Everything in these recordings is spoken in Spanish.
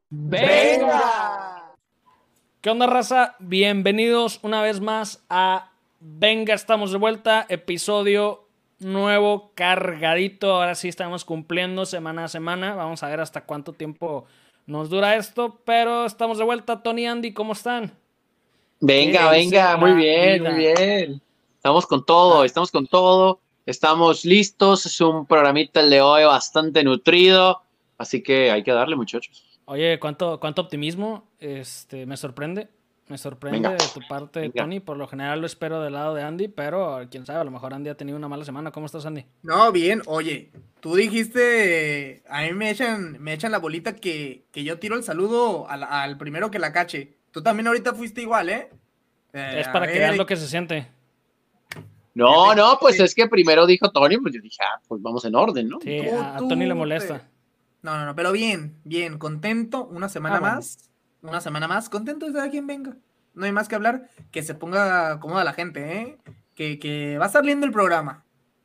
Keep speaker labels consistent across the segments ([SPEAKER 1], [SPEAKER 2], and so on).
[SPEAKER 1] ¡Venga!
[SPEAKER 2] ¿Qué onda, raza? Bienvenidos una vez más a Venga, estamos de vuelta. Episodio nuevo, cargadito. Ahora sí estamos cumpliendo semana a semana. Vamos a ver hasta cuánto tiempo nos dura esto. Pero estamos de vuelta. Tony y Andy, ¿cómo están? ¿Qué dice
[SPEAKER 1] Muy
[SPEAKER 2] la
[SPEAKER 1] bien, muy
[SPEAKER 2] vida?
[SPEAKER 1] bien. Estamos con todo,
[SPEAKER 2] Ah,
[SPEAKER 1] estamos con todo. Estamos listos. Es un programita el de hoy bastante nutrido. Así que hay que darle, muchachos.
[SPEAKER 2] oye, ¿cuánto optimismo? Me sorprende. Me sorprende
[SPEAKER 1] Venga,
[SPEAKER 2] de tu parte,
[SPEAKER 1] venga.
[SPEAKER 2] Tony. Por lo general lo espero del lado de Andy, pero quién sabe, a lo mejor Andy ha tenido una mala semana. ¿Cómo estás, Andy?
[SPEAKER 3] No, bien, oye, tú dijiste, a mí me echan la bolita que yo tiro el saludo al primero que la cache. Tú también ahorita fuiste igual, ¿eh?
[SPEAKER 2] Es
[SPEAKER 3] A
[SPEAKER 2] para que veas lo
[SPEAKER 3] ver,
[SPEAKER 2] que se siente.
[SPEAKER 1] No,
[SPEAKER 3] fíjate,
[SPEAKER 1] no, pues es que primero dijo Tony, pues yo dije, pues vamos en orden, ¿no?
[SPEAKER 2] Sí,
[SPEAKER 3] tú,
[SPEAKER 2] a Tony le
[SPEAKER 3] tú,
[SPEAKER 2] molesta.
[SPEAKER 3] te... No, pero bien, bien, contento,
[SPEAKER 2] Ah, bueno.
[SPEAKER 3] una semana más, contento de estar quien venga. No hay más que hablar, que se ponga cómoda la gente, ¿eh? Que va a estar lindo el programa,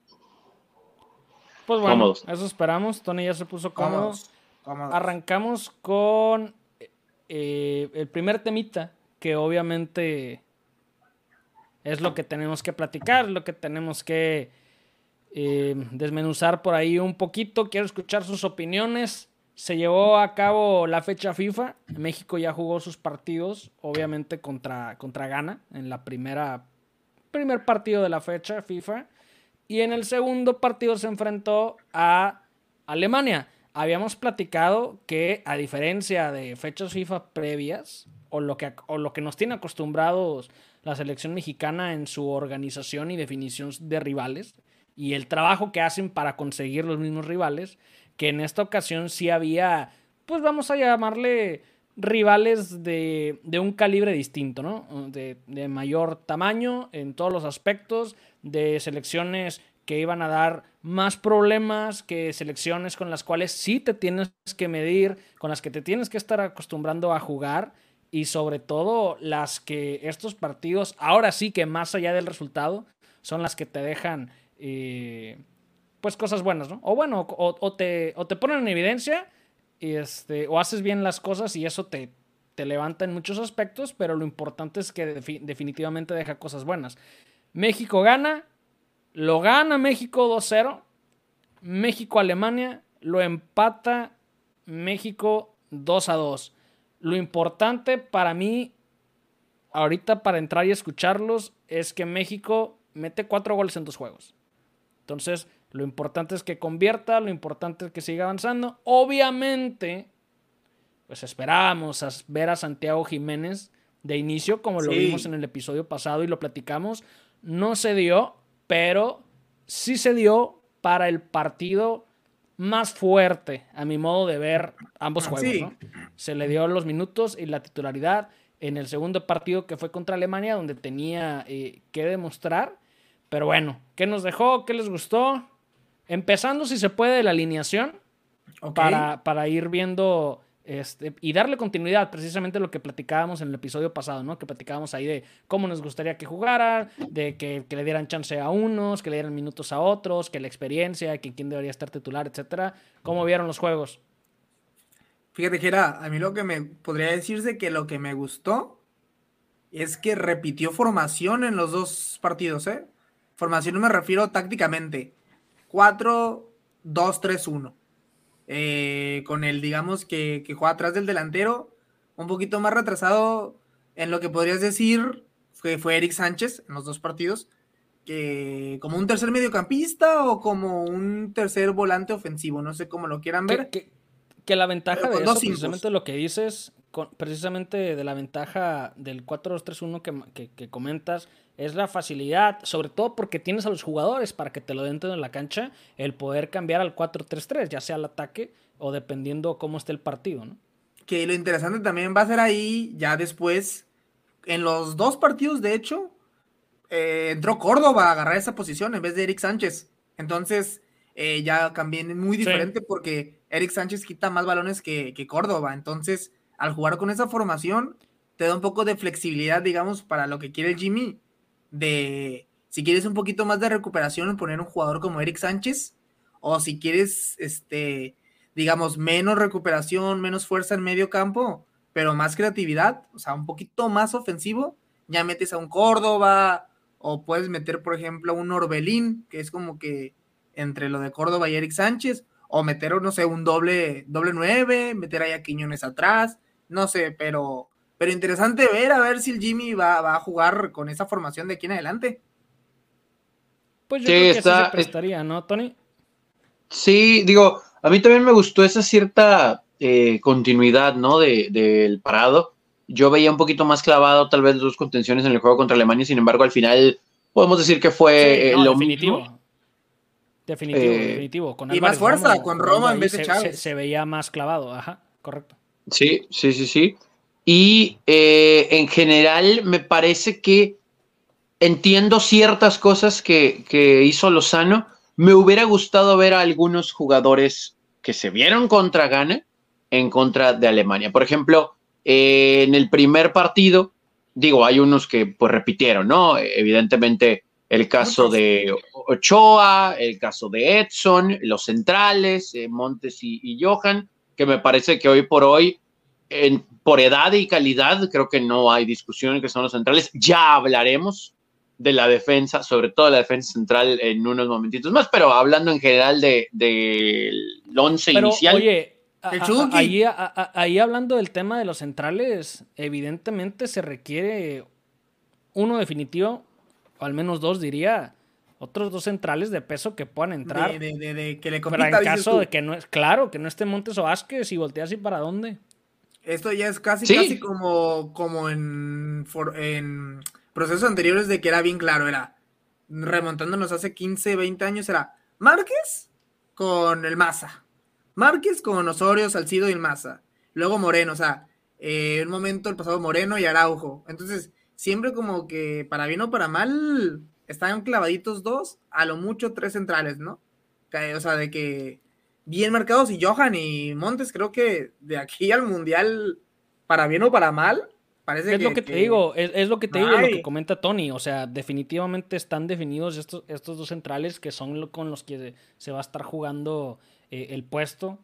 [SPEAKER 2] Pues bueno,
[SPEAKER 1] Cómodos.
[SPEAKER 2] eso esperamos. Tony ya se puso cómodo.
[SPEAKER 3] cómodos, cómodos.
[SPEAKER 2] Arrancamos con el primer temita, que obviamente es lo que tenemos que platicar, lo que tenemos que desmenuzar por ahí un poquito. Quiero escuchar sus opiniones. Se llevó a cabo la fecha FIFA. México ya jugó sus partidos, obviamente contra Ghana, en la primer partido de la fecha FIFA. Y en el segundo partido se enfrentó a Alemania. Habíamos platicado que, a diferencia de fechas FIFA previas, o lo que nos tiene acostumbrados la selección mexicana en su organización y definición de rivales, y el trabajo que hacen para conseguir los mismos rivales, que en esta ocasión sí había, pues vamos a llamarle rivales de un calibre distinto, ¿no? De mayor tamaño en todos los aspectos, de selecciones que iban a dar más problemas, que selecciones con las cuales sí te tienes que medir, con las que te tienes que estar acostumbrando a jugar, y sobre todo las que estos partidos, ahora sí que más allá del resultado, son las que te dejan pues cosas buenas, ¿no? O bueno, o te ponen en evidencia, o haces bien las cosas y eso te levanta en muchos aspectos, pero lo importante es que definitivamente deja cosas buenas. México gana, lo gana México 2-0. México-Alemania lo empata México 2-2. Lo importante para mí, ahorita para entrar y escucharlos, es que México mete 4 goles en 2 juegos. Entonces, lo importante es que convierta, lo importante es que siga avanzando. Obviamente, pues esperábamos ver a Santiago Jiménez de inicio, como lo vimos en
[SPEAKER 3] Sí.
[SPEAKER 2] el episodio pasado y lo platicamos. No se dio, pero sí se dio para el partido más fuerte, a mi modo de ver, ambos juegos, ¿no?
[SPEAKER 3] Sí,
[SPEAKER 2] Se le dio los minutos y la titularidad en el segundo partido, que fue contra Alemania, donde tenía que demostrar. Pero bueno, ¿qué nos dejó? ¿Qué les gustó? Empezando, si se puede, de la alineación
[SPEAKER 3] ok.
[SPEAKER 2] para ir viendo y darle continuidad, precisamente lo que platicábamos en el episodio pasado, ¿no? Que platicábamos ahí de cómo nos gustaría que jugaran, de que le dieran chance a unos, que le dieran minutos a otros, que la experiencia, que quién debería estar titular, etcétera. ¿Cómo vieron los juegos?
[SPEAKER 3] Fíjate que era, a mí lo que me podría decirse que lo que me gustó es que repitió formación en los dos partidos, ¿eh? Formación no me refiero tácticamente. 4-2-3-1. Con el, digamos, que juega atrás del delantero, un poquito más retrasado en lo que podrías decir fue Eric Sánchez en los dos partidos, que como un tercer mediocampista o como un tercer volante ofensivo, no sé cómo lo quieran
[SPEAKER 2] Que,
[SPEAKER 3] ver,
[SPEAKER 2] que, que la ventaja
[SPEAKER 3] pero
[SPEAKER 2] de
[SPEAKER 3] con dos
[SPEAKER 2] eso, precisamente
[SPEAKER 3] cinco.
[SPEAKER 2] lo que dices, precisamente de la ventaja del 4-2-3-1 que comentas, es la facilidad, sobre todo porque tienes a los jugadores para que te lo den dentro de la cancha, el poder cambiar al 4-3-3, ya sea al ataque o dependiendo cómo esté el partido, ¿no?
[SPEAKER 3] Que lo interesante también va a ser ahí, ya después, en los dos partidos, de hecho, entró Córdoba a agarrar esa posición en vez de Eric Sánchez. Entonces, ya también muy
[SPEAKER 2] Sí,
[SPEAKER 3] diferente porque Eric Sánchez quita más balones que Córdoba. Entonces, al jugar con esa formación, te da un poco de flexibilidad, digamos, para lo que quiere el Jimmy. De si quieres un poquito más de recuperación, poner un jugador como Eric Sánchez. O si quieres, digamos, menos recuperación, menos fuerza en medio campo, pero más creatividad, o sea, un poquito más ofensivo, ya metes a un Córdoba, o puedes meter, por ejemplo, a un Orbelín, que es como que entre lo de Córdoba y Eric Sánchez, o meter, no sé, un doble 9, meter ahí a Quiñones atrás, no sé, pero interesante ver, a ver si el Jimmy va a jugar con esa formación de aquí en adelante.
[SPEAKER 2] Pues yo
[SPEAKER 1] Sí,
[SPEAKER 2] creo que así se prestaría, ¿no, Tony?
[SPEAKER 1] Sí, digo, a mí también me gustó esa cierta continuidad, ¿no? Del parado. Yo veía un poquito más clavado tal vez dos contenciones en el juego contra Alemania, sin embargo, al final podemos decir que
[SPEAKER 2] Sí,
[SPEAKER 1] fue
[SPEAKER 2] no,
[SPEAKER 1] lo
[SPEAKER 2] definitivo.
[SPEAKER 1] mismo.
[SPEAKER 2] Definitivo. Con
[SPEAKER 3] Y más
[SPEAKER 2] Álvarez
[SPEAKER 3] fuerza,
[SPEAKER 2] Romo
[SPEAKER 3] con
[SPEAKER 2] jugando
[SPEAKER 3] Roma en
[SPEAKER 2] ahí
[SPEAKER 3] vez de Chávez.
[SPEAKER 2] se veía más clavado, ajá, correcto.
[SPEAKER 1] Sí. Y en general me parece que entiendo ciertas cosas que hizo Lozano. Me hubiera gustado ver a algunos jugadores que se vieron contra Ghana en contra de Alemania. Por ejemplo, en el primer partido, digo, hay unos que pues repitieron, ¿no? Evidentemente el caso
[SPEAKER 3] Muchos.
[SPEAKER 1] de Ochoa, el caso de Edson, los centrales, Montes y Johan, que me parece que hoy por hoy, por edad y calidad, creo que no hay discusión que son los centrales. Ya hablaremos de la defensa, sobre todo la defensa central en unos momentitos más, pero hablando en general del once
[SPEAKER 2] Pero,
[SPEAKER 1] inicial.
[SPEAKER 2] oye,
[SPEAKER 3] El Chucky.
[SPEAKER 2] ahí hablando del tema de los centrales, evidentemente se requiere uno definitivo, o al menos dos diría, otros dos centrales de peso que puedan entrar.
[SPEAKER 3] De que le
[SPEAKER 2] Pero
[SPEAKER 3] compita,
[SPEAKER 2] en
[SPEAKER 3] dices
[SPEAKER 2] caso
[SPEAKER 3] tú.
[SPEAKER 2] de que no es, claro, que no esté Montes o Vázquez y volteas y para dónde.
[SPEAKER 3] Esto ya es casi
[SPEAKER 1] Sí,
[SPEAKER 3] como en procesos anteriores de que era bien claro, era remontándonos hace 15, 20 años, era Márquez con el Maza, Márquez con Osorio, Salcido y el Maza, luego Moreno, o sea, un momento el pasado Moreno y Araujo, entonces siempre como que para bien o para mal están clavaditos dos, a lo mucho tres centrales, ¿no? O sea, de que bien marcados y Johan y Montes creo que de aquí al Mundial, para bien o para mal, parece
[SPEAKER 2] Es lo que te
[SPEAKER 3] que
[SPEAKER 2] digo, es lo que te
[SPEAKER 3] no
[SPEAKER 2] digo, lo que
[SPEAKER 3] hay.
[SPEAKER 2] comenta Tony. O sea, definitivamente están definidos estos dos centrales que son con los que se va a estar jugando el puesto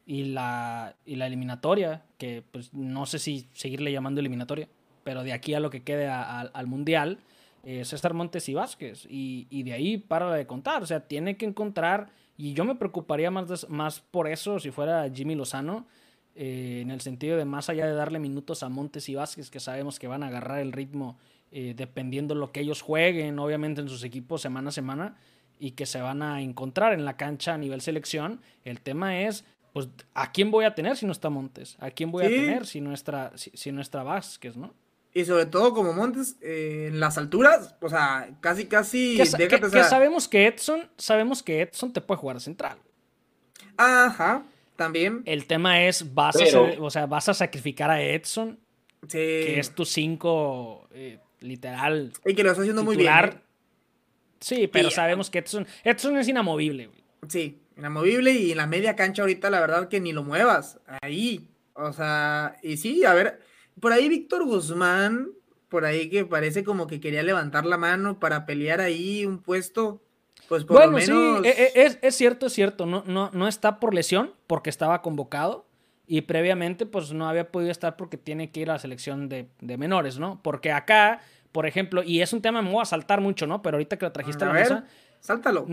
[SPEAKER 2] y la eliminatoria, que pues no sé si seguirle llamando eliminatoria, pero de aquí a lo que quede al Mundial, César Montes y Vázquez. Y de ahí para de contar. O sea, tiene que encontrar, y yo me preocuparía más por eso si fuera Jimmy Lozano. En el sentido de más allá de darle minutos a Montes y Vázquez, que sabemos que van a agarrar el ritmo dependiendo lo que ellos jueguen, obviamente en sus equipos semana a semana, y que se van a encontrar en la cancha a nivel selección. El tema es, pues, ¿a quién voy a tener si no está Montes? ¿A quién voy a tener
[SPEAKER 3] Sí,
[SPEAKER 2] si no está Vázquez, no?
[SPEAKER 3] y sobre todo como Montes, en las alturas, o sea, casi, déjate, o
[SPEAKER 2] Que
[SPEAKER 3] sea,
[SPEAKER 2] sabemos que Edson te puede jugar central.
[SPEAKER 3] ajá, también,
[SPEAKER 2] El tema es,
[SPEAKER 1] pero
[SPEAKER 2] vas a sacrificar a Edson, que
[SPEAKER 3] sí,
[SPEAKER 2] es tu 5 literal
[SPEAKER 3] y que lo está haciendo muy bien,
[SPEAKER 2] titular. Sí, pero
[SPEAKER 3] Sí,
[SPEAKER 2] sabemos que Edson es inamovible, güey.
[SPEAKER 3] sí, inamovible y en la media cancha ahorita la verdad que ni lo muevas, ahí, o sea, y sí, a ver, por ahí Víctor Guzmán, por ahí que parece como que quería levantar la mano para pelear ahí un puesto, pues por lo
[SPEAKER 2] Bueno, sí,
[SPEAKER 3] menos,
[SPEAKER 2] es cierto. No está por lesión, porque estaba convocado. Y previamente, pues no había podido estar porque tiene que ir a la selección de menores, ¿no? Porque acá, por ejemplo, y es un tema, me voy a saltar mucho, ¿no? Pero ahorita que lo trajiste a
[SPEAKER 3] a
[SPEAKER 2] la
[SPEAKER 3] ver,
[SPEAKER 2] mesa,
[SPEAKER 3] sáltalo.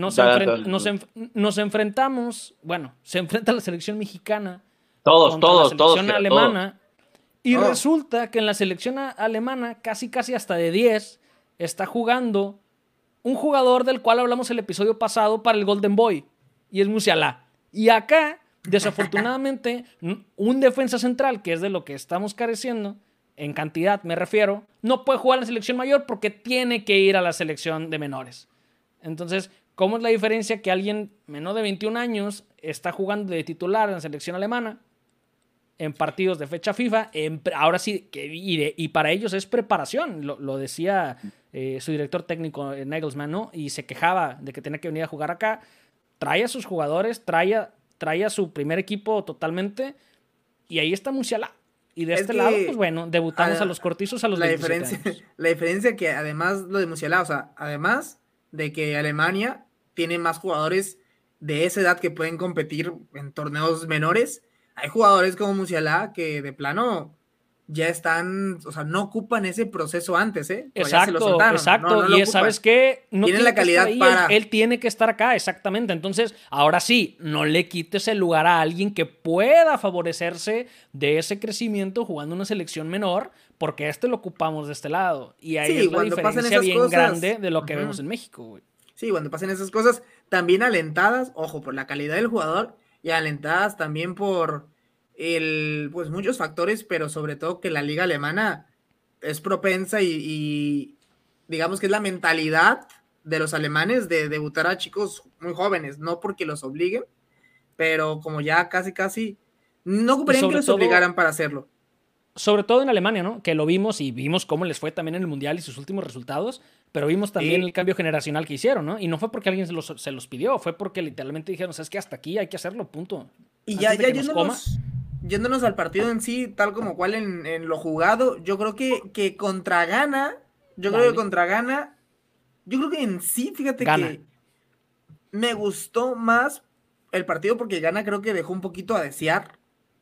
[SPEAKER 2] nos enfrentamos, bueno, se enfrenta la selección mexicana contra la
[SPEAKER 1] todos,
[SPEAKER 2] selección
[SPEAKER 1] Jera, todos.
[SPEAKER 2] alemana. Y
[SPEAKER 3] Todos.
[SPEAKER 2] resulta que en la selección alemana, casi hasta de 10, está jugando un jugador del cual hablamos el episodio pasado para el Golden Boy, y es Musiala. Y acá, desafortunadamente, un defensa central, que es de lo que estamos careciendo, en cantidad me refiero, no puede jugar en la selección mayor porque tiene que ir a la selección de menores. Entonces, ¿cómo es la diferencia que alguien menor de 21 años está jugando de titular en la selección alemana? En partidos de fecha FIFA, ahora sí, y para ellos es preparación, lo decía su director técnico Nagelsmann, ¿no? Y se quejaba de que tenía que venir a jugar acá, trae a sus jugadores, trae a su primer equipo totalmente, y ahí está Musiala. Y de este lado, pues bueno, debutamos a los cortizos a los 27 años.
[SPEAKER 3] La diferencia que además lo de Musiala, o sea, además de que Alemania tiene más jugadores de esa edad que pueden competir en torneos menores. Hay jugadores como Musiala que de plano ya están, o sea, no ocupan ese proceso antes, ¿eh? O ya se lo soltaron.
[SPEAKER 2] Exacto.
[SPEAKER 3] No lo ocupan.
[SPEAKER 2] ¿Sabes qué? No
[SPEAKER 3] tienen
[SPEAKER 2] tiene
[SPEAKER 3] la
[SPEAKER 2] que estar
[SPEAKER 3] calidad
[SPEAKER 2] ahí,
[SPEAKER 3] para...
[SPEAKER 2] él tiene que estar acá, exactamente. Entonces, ahora sí, no le quites el lugar a alguien que pueda favorecerse de ese crecimiento jugando una selección menor, porque lo ocupamos de este lado. Y ahí
[SPEAKER 3] Sí,
[SPEAKER 2] es la diferencia bien
[SPEAKER 3] cosas,
[SPEAKER 2] grande de lo que vemos en México, güey.
[SPEAKER 3] Sí, cuando pasen esas cosas, también alentadas, ojo, por la calidad del jugador y alentadas también por pues muchos factores, pero sobre todo que la liga alemana es propensa y digamos que es la mentalidad de los alemanes de debutar a chicos muy jóvenes, no porque los obliguen, pero como ya casi, no ocuparían que los obligaran para hacerlo.
[SPEAKER 2] Sobre todo en Alemania, ¿no? Que lo vimos y vimos cómo les fue también en el Mundial y sus últimos resultados, pero vimos también el cambio generacional que hicieron, ¿no? Y no fue porque alguien se los pidió, fue porque literalmente dijeron, ¿sabes qué? Hasta aquí hay que hacerlo, punto.
[SPEAKER 3] Y ya yéndonos al partido en sí, tal como cual en lo jugado, yo creo que contra Ghana, yo creo que en sí, fíjate que me gustó más el partido porque Ghana creo que dejó un poquito a desear.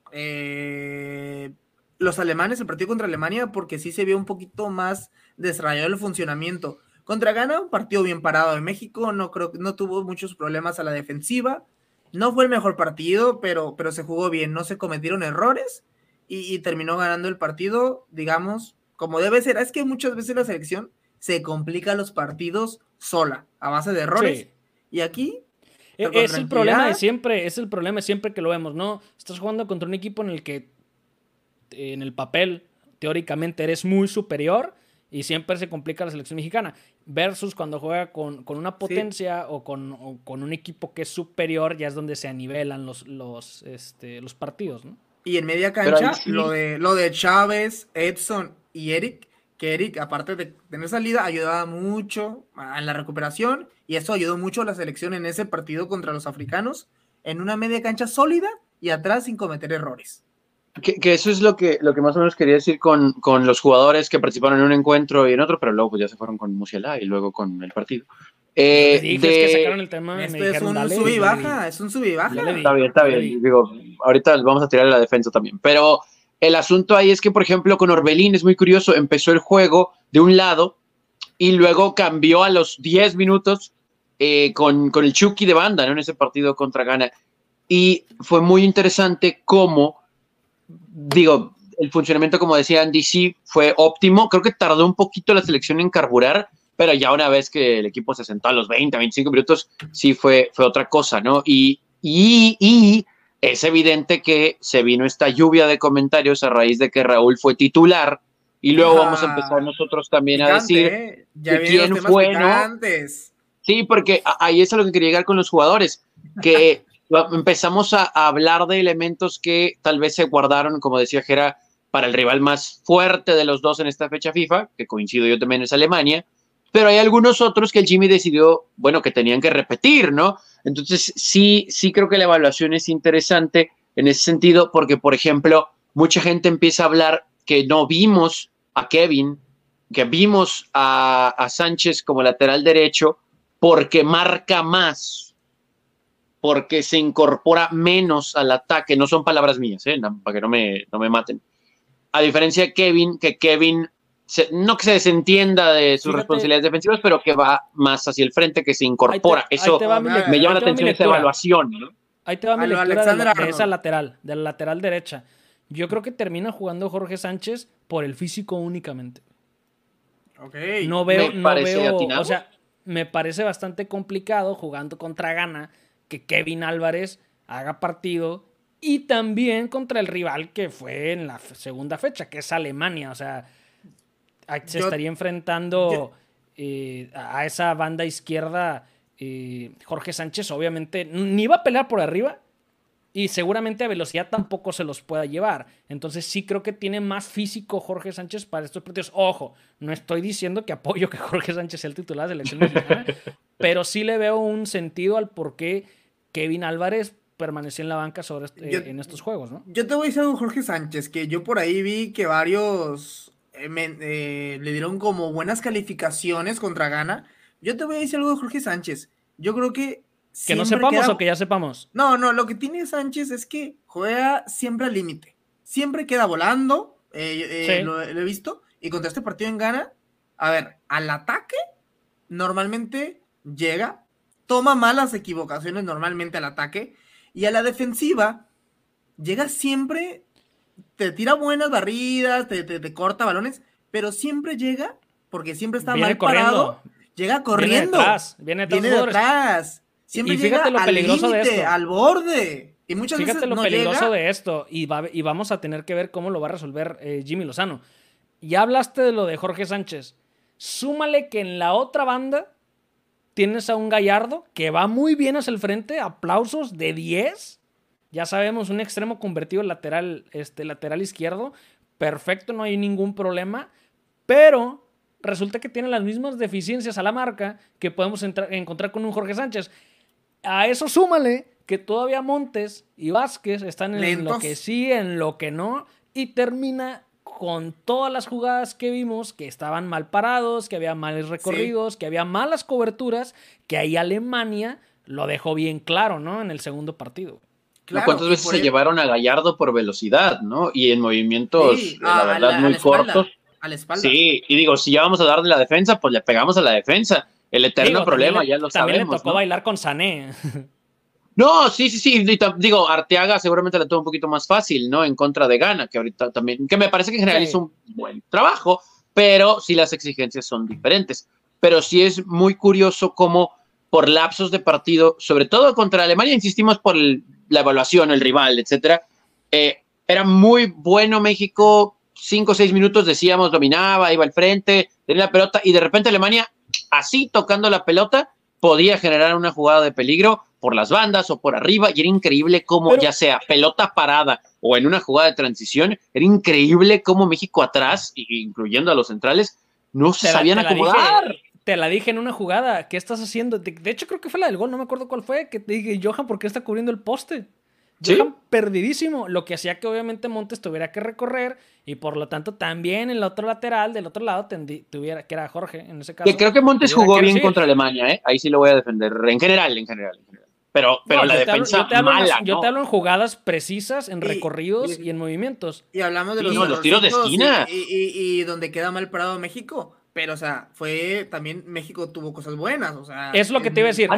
[SPEAKER 3] Los alemanes, el partido contra Alemania, porque sí se vio un poquito más desarrollado el funcionamiento. Contra Ghana, un partido bien parado de México, no tuvo muchos problemas a la defensiva. No fue el mejor partido, pero se jugó bien, no se cometieron errores y terminó ganando el partido, digamos, como debe ser. Es que muchas veces la selección se complica los partidos sola, a base de errores. Sí. Y aquí...
[SPEAKER 2] Es el problema de siempre que lo vemos, ¿no? Estás jugando contra un equipo en el que en el papel teóricamente eres muy superior y siempre se complica la selección mexicana versus cuando juega con una potencia o con un equipo que es superior, ya es donde se anivelan los partidos, ¿no?
[SPEAKER 3] Y en media cancha, sí, lo de Chávez, Edson y Eric, que Eric, aparte de tener salida, ayudaba mucho en la recuperación y eso ayudó mucho a la selección en ese partido contra los africanos, en una media cancha sólida y atrás sin cometer errores.
[SPEAKER 1] Que eso es lo que más o menos quería decir con los jugadores que participaron en un encuentro y en otro, pero luego pues ya se fueron con Musiala y luego con el partido.
[SPEAKER 2] Es que sacaron el tema.
[SPEAKER 3] Esto es un sub y baja, es un sub y baja.
[SPEAKER 1] Está bien. Digo, ahorita vamos a tirar la defensa también. Pero el asunto ahí es que, por ejemplo, con Orbelín es muy curioso. Empezó el juego de un lado y luego cambió a los 10 minutos con el Chucky de banda, ¿no? En ese partido contra Ghana. Y fue muy interesante cómo, digo, el funcionamiento, como decía Andy, sí fue óptimo. Creo que tardó un poquito la selección en carburar, pero ya una vez que el equipo se sentó a los 20, 25 minutos, sí fue otra cosa, ¿no? Y es evidente que se vino esta lluvia de comentarios a raíz de que Raúl fue titular y luego vamos a empezar nosotros también a decir quién fue, ¿no? Sí, porque ahí es a lo que quería llegar con los jugadores, que empezamos a hablar de elementos que tal vez se guardaron, como decía Gera, para el rival más fuerte de los dos en esta fecha FIFA, que coincido yo también, es Alemania, pero hay algunos otros que el Jimmy decidió, bueno, que tenían que repetir, ¿no? Entonces, sí creo que la evaluación es interesante en ese sentido, porque, por ejemplo, mucha gente empieza a hablar que no vimos a Kevin, que vimos a Sánchez como lateral derecho, porque marca más, porque se incorpora menos al ataque. No son palabras mías, para que no me maten. A diferencia de Kevin, que Kevin... no que se desentienda de sus responsabilidades defensivas, pero que va más hacia el frente, que se incorpora. Eso me llama la atención, esa evaluación, ¿no?
[SPEAKER 2] Ahí te va mi lectura de esa lateral, de la lateral derecha. Yo creo que termina jugando Jorge Sánchez por el físico únicamente.
[SPEAKER 3] Okay.
[SPEAKER 2] No veo, o sea, me parece bastante complicado jugando contra Ghana que Kevin Álvarez haga partido y también contra el rival que fue en la segunda fecha, que es Alemania, o sea... se estaría enfrentando a esa banda izquierda. Jorge Sánchez obviamente ni va a pelear por arriba y seguramente a velocidad tampoco se los pueda llevar. Entonces sí creo que tiene más físico Jorge Sánchez para estos partidos. Ojo, no estoy diciendo que apoyo que Jorge Sánchez sea el titular de la selección mexicana, pero sí le veo un sentido al por qué Kevin Álvarez permaneció en la banca en estos juegos, ¿no?
[SPEAKER 3] Yo te voy a decir algo, Jorge Sánchez, que yo por ahí vi que varios... le dieron como buenas calificaciones contra Ghana. Yo te voy a decir algo de Jorge Sánchez. Yo creo que
[SPEAKER 2] ¿Que no
[SPEAKER 3] siempre
[SPEAKER 2] sepamos
[SPEAKER 3] queda...
[SPEAKER 2] o que ya sepamos?
[SPEAKER 3] No, lo que tiene Sánchez es que juega siempre al límite. Siempre queda volando,
[SPEAKER 2] Sí.
[SPEAKER 3] lo he visto, y contra este partido en Ghana, a ver, al ataque normalmente llega, toma malas equivocaciones normalmente al ataque, y a la defensiva llega siempre, te tira buenas barridas, te corta balones, pero siempre llega, porque siempre está
[SPEAKER 2] Viene
[SPEAKER 3] mal
[SPEAKER 2] corriendo.
[SPEAKER 3] parado, llega corriendo.
[SPEAKER 2] Viene
[SPEAKER 3] Viene
[SPEAKER 2] de
[SPEAKER 3] de
[SPEAKER 2] atrás.
[SPEAKER 3] atrás. Siempre
[SPEAKER 2] Y fíjate
[SPEAKER 3] llega
[SPEAKER 2] lo peligroso de
[SPEAKER 3] límite,
[SPEAKER 2] esto.
[SPEAKER 3] al borde. Y muchas
[SPEAKER 2] Fíjate
[SPEAKER 3] veces
[SPEAKER 2] lo
[SPEAKER 3] no
[SPEAKER 2] peligroso
[SPEAKER 3] llega.
[SPEAKER 2] de esto. Y vamos a tener que ver cómo lo va a resolver Jimmy Lozano. Ya hablaste de lo de Jorge Sánchez. Súmale que en la otra banda tienes a un Gallardo que va muy bien hacia el frente. Aplausos de 10. Ya sabemos, un extremo convertido en lateral izquierdo. Perfecto, no hay ningún problema. Pero resulta que tiene las mismas deficiencias a la marca que podemos encontrar con un Jorge Sánchez. A eso súmale que todavía Montes y Vázquez están en lo que sí, en lo que no, y termina con todas las jugadas que vimos, que estaban mal parados, que había males recorridos, que había malas coberturas, que ahí Alemania lo dejó bien claro, ¿no? En el segundo partido.
[SPEAKER 1] Claro, ¿cuántas veces se llevaron a Gallardo por velocidad, ¿no? Y en movimientos, la verdad, muy cortos.
[SPEAKER 3] A la espalda.
[SPEAKER 1] Sí, y digo, si ya vamos a darle la defensa, pues le pegamos a la defensa. El eterno problema, ya lo sabemos.
[SPEAKER 2] También le tocó bailar con Sané.
[SPEAKER 1] No, sí. Digo, Arteaga seguramente la tuvo un poquito más fácil, ¿no? En contra de Ghana, que ahorita también, que me parece que en general hizo un buen trabajo, pero sí las exigencias son diferentes. Pero sí es muy curioso cómo por lapsos de partido, sobre todo contra Alemania, insistimos por la evaluación, el rival, etcétera, era muy bueno México, 5 o 6 minutos decíamos, dominaba, iba al frente, tenía la pelota, y de repente Alemania, así tocando la pelota, podía generar una jugada de peligro por las bandas o por arriba, y era increíble cómo, ya sea pelota parada o en una jugada de transición, era increíble cómo México atrás, incluyendo a los centrales, no se sabían acomodar.
[SPEAKER 2] Te la dije en una jugada, ¿qué estás haciendo? De hecho, creo que fue la del gol, no me acuerdo cuál fue, que te dije, Johan, ¿por qué está cubriendo el poste?
[SPEAKER 1] ¿Sí?
[SPEAKER 2] Johan perdidísimo, lo que hacía que obviamente Montes tuviera que recorrer y por lo tanto también el otro lateral del otro lado tuviera, que era Jorge en ese caso.
[SPEAKER 1] Que creo que Montes jugó bien contra Alemania, ahí sí lo voy a defender, en general. Pero no, la defensa mala,
[SPEAKER 2] yo te hablo en jugadas precisas, en recorridos y en movimientos.
[SPEAKER 3] Y hablamos de
[SPEAKER 1] los tiros de esquina.
[SPEAKER 3] Y donde queda mal parado México. Pero, o sea, también México tuvo cosas buenas, o sea...
[SPEAKER 2] Es lo que te iba a decir,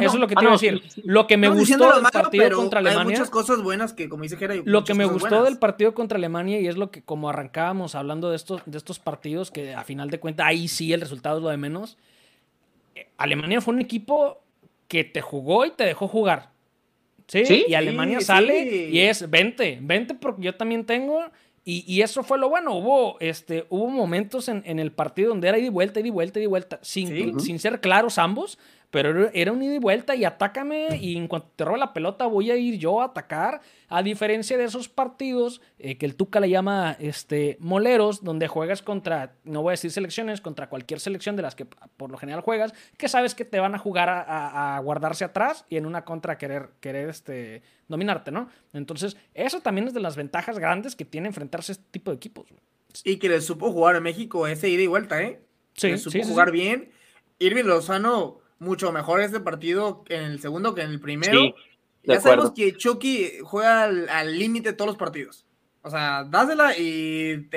[SPEAKER 2] Lo que me gustó del partido contra Alemania...
[SPEAKER 3] Hay muchas cosas buenas que, como dice Jera...
[SPEAKER 2] Lo que me gustó del partido contra Alemania, y es lo que, como arrancábamos hablando de estos partidos, que a final de cuentas, ahí sí el resultado es lo de menos. Alemania fue un equipo que te jugó y te dejó jugar. ¿Sí? Y Alemania sale y es, vente porque yo también tengo... Y eso fue lo bueno. Hubo momentos en el partido donde era ida y vuelta, sin ser claros ambos, pero era un ida y vuelta y atácame y en cuanto te roba la pelota voy a ir yo a atacar, a diferencia de esos partidos que el Tuca le llama moleros, donde juegas contra, no voy a decir selecciones, contra cualquier selección de las que por lo general juegas, que sabes que te van a jugar a guardarse atrás y en una contra querer dominarte, ¿no? Entonces, eso también es de las ventajas grandes que tiene enfrentarse a este tipo de equipos.
[SPEAKER 3] Y que le supo jugar a México ese ida y vuelta, ¿eh?
[SPEAKER 2] Sí,
[SPEAKER 3] le supo jugar bien. Irving Lozano, mucho mejor este partido en el segundo que en el primero. Sí, ya sabemos que Chucky juega al límite de todos los partidos. O sea, dásela y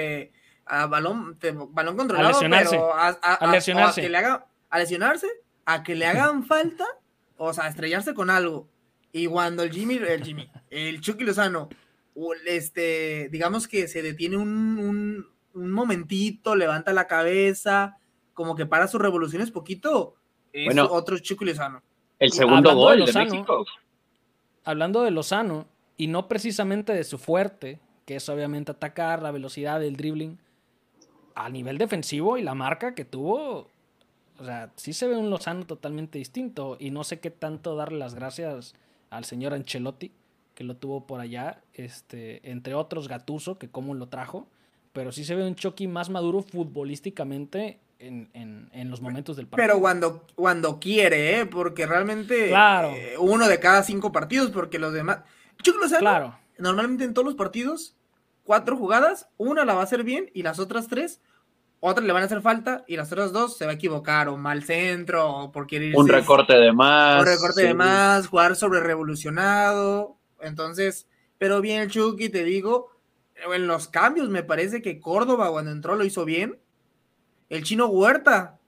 [SPEAKER 3] balón controlado, pero a lesionarse. A lesionarse, a que le hagan falta, o sea, a estrellarse con algo. Y cuando el Chucky Lozano, digamos que se detiene un momentito, levanta la cabeza, como que para sus revoluciones poquito, es otro Chucky Lozano.
[SPEAKER 1] El segundo gol de México.
[SPEAKER 2] Hablando de Lozano, y no precisamente de su fuerte, que es obviamente atacar, la velocidad, el dribbling, a nivel defensivo y la marca que tuvo, o sea, sí se ve un Lozano totalmente distinto, y no sé qué tanto darle las gracias al señor Ancelotti, que lo tuvo por allá, entre otros Gattuso, que cómo lo trajo, pero sí se ve un Chucky más maduro futbolísticamente en los momentos del partido.
[SPEAKER 3] Pero cuando quiere, porque realmente uno de cada 5 partidos, porque los demás... Chucky Lozano, normalmente en todos los partidos, 4 jugadas, una la va a hacer bien y las otras 3 otras le van a hacer falta y las otras 2 se va a equivocar, o mal centro, o por querer irse.
[SPEAKER 1] Un recorte de más.
[SPEAKER 3] Un recorte de más, jugar sobre revolucionado. Entonces, pero bien el Chucky, te digo, en los cambios me parece que Córdoba cuando entró lo hizo bien. El Chino Huerta,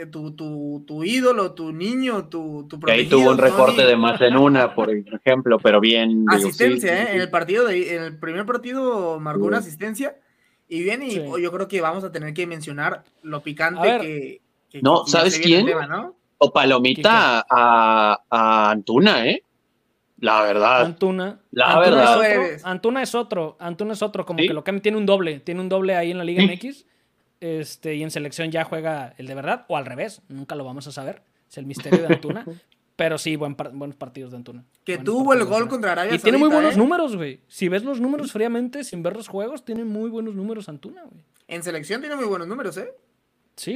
[SPEAKER 3] tu ídolo, tu niño, tu
[SPEAKER 1] Ahí
[SPEAKER 3] protegido.
[SPEAKER 1] tuvo un recorte de más en una, por ejemplo, pero bien.
[SPEAKER 3] Asistencia,
[SPEAKER 1] digo, sí.
[SPEAKER 3] En el primer partido marcó una asistencia. Y bien, y yo creo que vamos a tener que mencionar lo picante que
[SPEAKER 1] no, ¿sabes quién?
[SPEAKER 3] Tema, ¿no?
[SPEAKER 1] O palomita a Antuna, la verdad.
[SPEAKER 2] Antuna es otro, como ¿sí? Que lo que tiene un doble ahí en la Liga MX, y en selección ya juega el de verdad, o al revés, nunca lo vamos a saber, es el misterio de Antuna, pero sí, buenos partidos de Antuna.
[SPEAKER 3] Que tuvo el gol contra Arabia
[SPEAKER 2] Saudita. Y tiene muy buenos números, güey. Si ves los números fríamente, sin ver los juegos, tiene muy buenos números Antuna, güey.
[SPEAKER 3] En selección tiene muy buenos números, ¿eh?
[SPEAKER 2] Sí.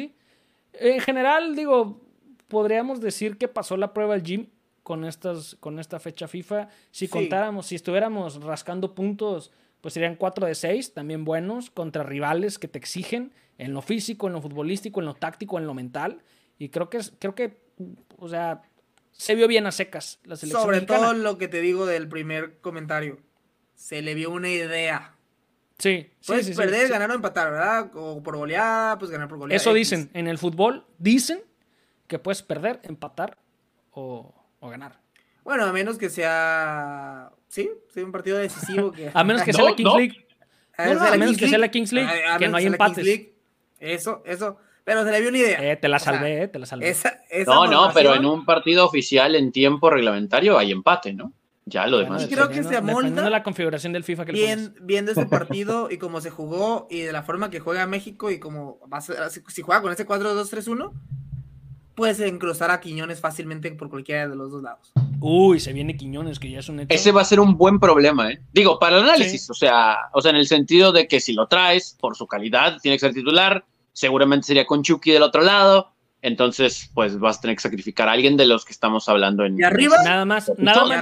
[SPEAKER 2] En general, digo, podríamos decir que pasó la prueba el Jim con esta fecha FIFA. Si contáramos, si estuviéramos rascando puntos, pues serían 4 de 6, también buenos, contra rivales que te exigen en lo físico, en lo futbolístico, en lo táctico, en lo mental. Y creo que, o sea, se vio bien a secas la selección
[SPEAKER 3] sobre
[SPEAKER 2] mexicana.
[SPEAKER 3] Todo lo que te digo del primer comentario. Se le vio una idea.
[SPEAKER 2] Sí.
[SPEAKER 3] Puedes perder, ganar o empatar, ¿verdad? O por goleada, pues ganar por goleada.
[SPEAKER 2] Eso dicen. En el fútbol dicen que puedes perder, empatar o ganar.
[SPEAKER 3] Bueno, a menos que sea... Sí, un partido decisivo.
[SPEAKER 2] A menos que sea la Kings League. A menos que sea la Kings League, que no hay empates.
[SPEAKER 3] Eso. Pero se le vio una idea.
[SPEAKER 2] Te la salvé.
[SPEAKER 3] Esa
[SPEAKER 1] no, pero en un partido oficial en tiempo reglamentario hay empate, ¿no? Ya lo demás.
[SPEAKER 3] Y creo que se amolda.
[SPEAKER 2] Dependiendo de la configuración del FIFA que
[SPEAKER 3] bien de ese partido y cómo se jugó y de la forma que juega México y como si juega con ese 4-2-3-1, puedes encruzar a Quiñones fácilmente por cualquiera de los dos lados.
[SPEAKER 2] Uy, se viene Quiñones, que ya es un hecho.
[SPEAKER 1] Ese va a ser un buen problema, ¿eh? Digo, para el análisis, o sea, en el sentido de que si lo traes por su calidad, tiene que ser titular, seguramente sería con Chucky del otro lado, entonces pues vas a tener que sacrificar a alguien de los que estamos hablando en...
[SPEAKER 3] ¿Y arriba?
[SPEAKER 2] Nada más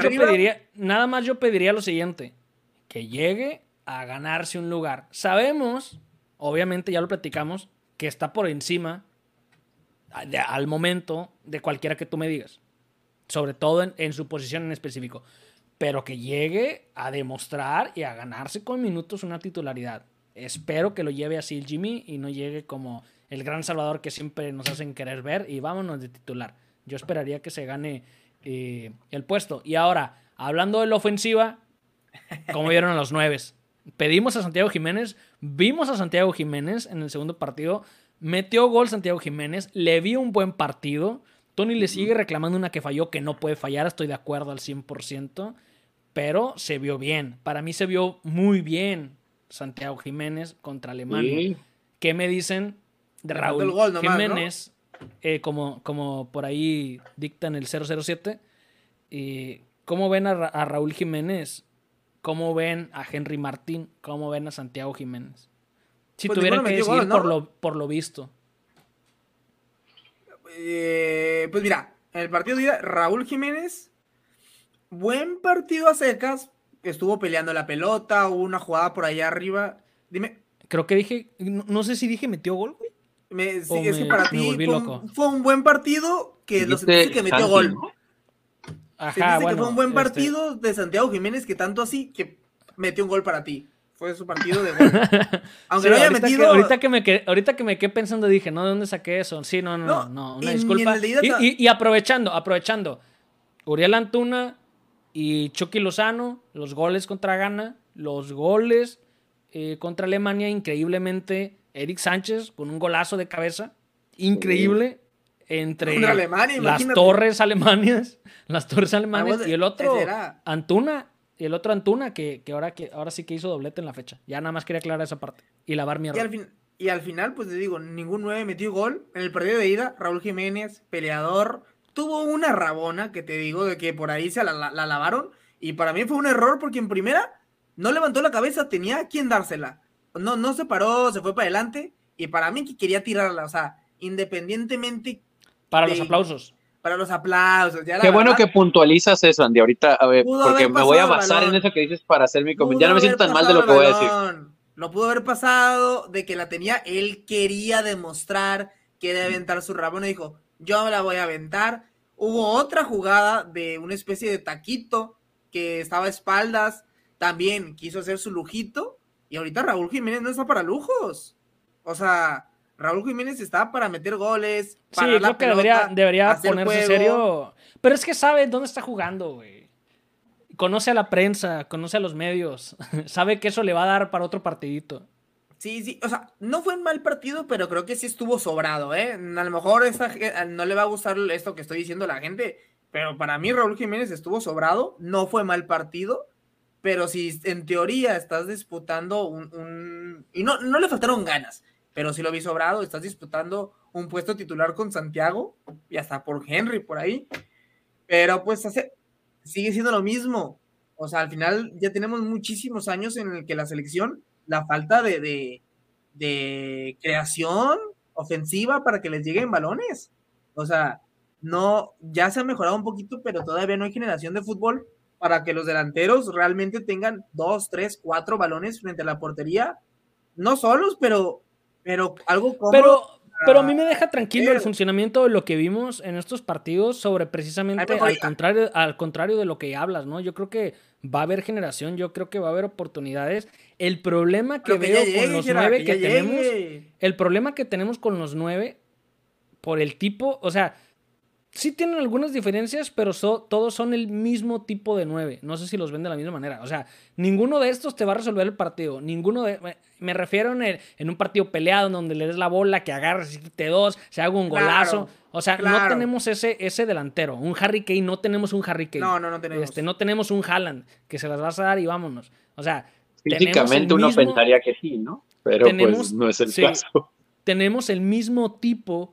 [SPEAKER 2] yo pediría lo siguiente, que llegue a ganarse un lugar. Sabemos, obviamente ya lo platicamos, que está por encima al momento de cualquiera que tú me digas, sobre todo en su posición en específico, pero que llegue a demostrar y a ganarse con minutos una titularidad. Espero que lo lleve así el Jimmy y no llegue como el gran salvador que siempre nos hacen querer ver y vámonos de titular. Yo esperaría que se gane el puesto. Y ahora, hablando de la ofensiva, ¿cómo vieron a los 9? Pedimos a Santiago Jiménez, vimos a Santiago Jiménez en el segundo partido, metió gol Santiago Jiménez, le vi un buen partido. Tony le sigue reclamando una que falló, que no puede fallar, estoy de acuerdo al 100%, pero se vio bien. Para mí se vio muy bien Santiago Jiménez contra Alemania. Sí. ¿Qué me dicen de Raúl Jiménez? ¿No? Como por ahí dictan el 007. ¿Cómo ven a Raúl Jiménez? ¿Cómo ven a Henry Martín? ¿Cómo ven a Santiago Jiménez? Si pues tuvieran que decidir gol, ¿no? por lo visto.
[SPEAKER 3] Pues mira, en el partido de ida, Raúl Jiménez, buen partido a secas, estuvo peleando la pelota, hubo una jugada por allá arriba. Dime.
[SPEAKER 2] Creo que dije, no sé si dije metió gol, güey.
[SPEAKER 3] Sí, es que para ti fue un buen partido que lo sentiste que metió gol. ¿No? Ajá, bueno, que fue un buen partido de Santiago Jiménez, que tanto así que metió un gol para ti. Fue su partido de gol. Aunque
[SPEAKER 2] sí,
[SPEAKER 3] no haya metido...
[SPEAKER 2] ahorita que me quedé pensando, dije, ¿no? ¿De dónde saqué eso? Sí, no, una disculpa. Y aprovechando, Uriel Antuna y Chucky Lozano, los goles contra Ghana, los goles contra Alemania, increíblemente, Eric Sánchez con un golazo de cabeza, increíble, entre
[SPEAKER 3] Alemania,
[SPEAKER 2] las torres alemanas y el otro Antuna. Y el otro Antuna, que ahora sí que hizo doblete en la fecha. Ya nada más quería aclarar esa parte. Y lavar mi error.
[SPEAKER 3] Y al final, pues te digo, ningún 9 metió gol. En el partido de ida, Raúl Jiménez, peleador, tuvo una rabona, que te digo, de que por ahí se la lavaron. Y para mí fue un error, porque en primera no levantó la cabeza, tenía a quien dársela. No se paró, se fue para adelante. Y para mí que quería tirarla, o sea, independientemente...
[SPEAKER 2] Para los aplausos.
[SPEAKER 3] Para los aplausos. Ya
[SPEAKER 1] Qué bueno que puntualizas eso, Andy. Ahorita, a ver, porque me voy a basar en eso que dices para hacer mi comentario. Ya no me siento tan mal de lo que voy a decir.
[SPEAKER 3] Lo pudo haber pasado de que la tenía, él quería demostrar, quiere aventar su rabona y dijo, yo me la voy a aventar. Hubo otra jugada de una especie de taquito que estaba a espaldas, también quiso hacer su lujito, y ahorita Raúl Jiménez no está para lujos. O sea, Raúl Jiménez está para meter goles, para
[SPEAKER 2] sí, creo que debería ponerse serio. Pero es que sabe dónde está jugando, güey. Conoce a la prensa, conoce a los medios. Sabe que eso le va a dar para otro partidito.
[SPEAKER 3] Sí, o sea, no fue un mal partido, pero creo que sí estuvo sobrado, ¿eh? A lo mejor no le va a gustar esto que estoy diciendo a la gente, pero para mí Raúl Jiménez estuvo sobrado, no fue mal partido, pero si en teoría estás disputando y no le faltaron ganas, pero si lo vi sobrado, estás disputando un puesto titular con Santiago, y hasta por Henry, por ahí, pero pues sigue siendo lo mismo. O sea, al final ya tenemos muchísimos años en el que la selección, la falta de creación ofensiva para que les lleguen balones. O sea, no, ya se ha mejorado un poquito, pero todavía no hay generación de fútbol para que los delanteros realmente tengan 2, 3, 4 balones frente a la portería. No solos, pero algo cómodo.
[SPEAKER 2] Pero a mí me deja tranquilo el funcionamiento de lo que vimos en estos partidos sobre precisamente al contrario de lo que hablas, ¿no? Yo creo que va a haber generación, yo creo que va a haber oportunidades. El problema que veo con los 9 que tenemos, el problema que tenemos con los 9 por el tipo, o sea, sí tienen algunas diferencias, pero todos son el mismo tipo de 9. No sé si los ven de la misma manera. O sea, ninguno de estos te va a resolver el partido. Me refiero en un partido peleado donde le des la bola, que agarres y quite 2, se haga un golazo. O sea, no tenemos ese delantero. Un Harry Kane, no tenemos un Harry Kane.
[SPEAKER 3] No tenemos.
[SPEAKER 2] No tenemos un Haaland, que se las vas a dar y vámonos. O sea,
[SPEAKER 1] físicamente uno pensaría que sí, ¿no? Pero pues no es el caso.
[SPEAKER 2] Tenemos el mismo tipo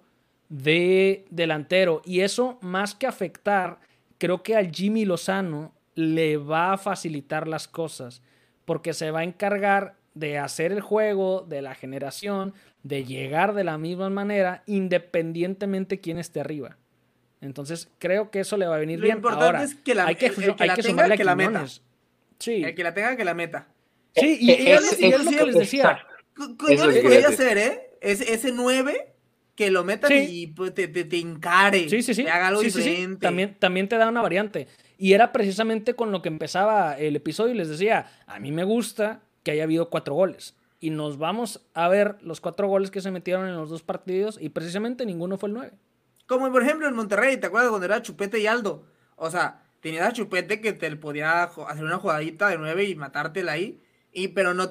[SPEAKER 2] de delantero, y eso, más que afectar, creo que al Jimmy Lozano le va a facilitar las cosas, porque se va a encargar de hacer el juego, de la generación, de llegar de la misma manera, independientemente quién esté arriba. Entonces creo que eso le va a venir bien. Ahora,
[SPEAKER 3] es que
[SPEAKER 2] hay que sumarle a Quiñones.
[SPEAKER 3] Sí. El que la tenga, que la meta.
[SPEAKER 2] Sí, y es lo que les decía.
[SPEAKER 3] Quiñones podría hacer, ese 9 que lo metan y pues, te encare, te haga algo diferente.
[SPEAKER 2] Sí. También te da una variante. Y era precisamente con lo que empezaba el episodio y les decía, a mí me gusta que haya habido 4 goles. Y nos vamos a ver los 4 goles que se metieron en los 2 partidos y precisamente ninguno fue el 9.
[SPEAKER 3] Como por ejemplo en Monterrey, ¿te acuerdas cuando era Chupete y Aldo? O sea, tenías a Chupete que te podía hacer una jugadita de 9 y matártela ahí, pero no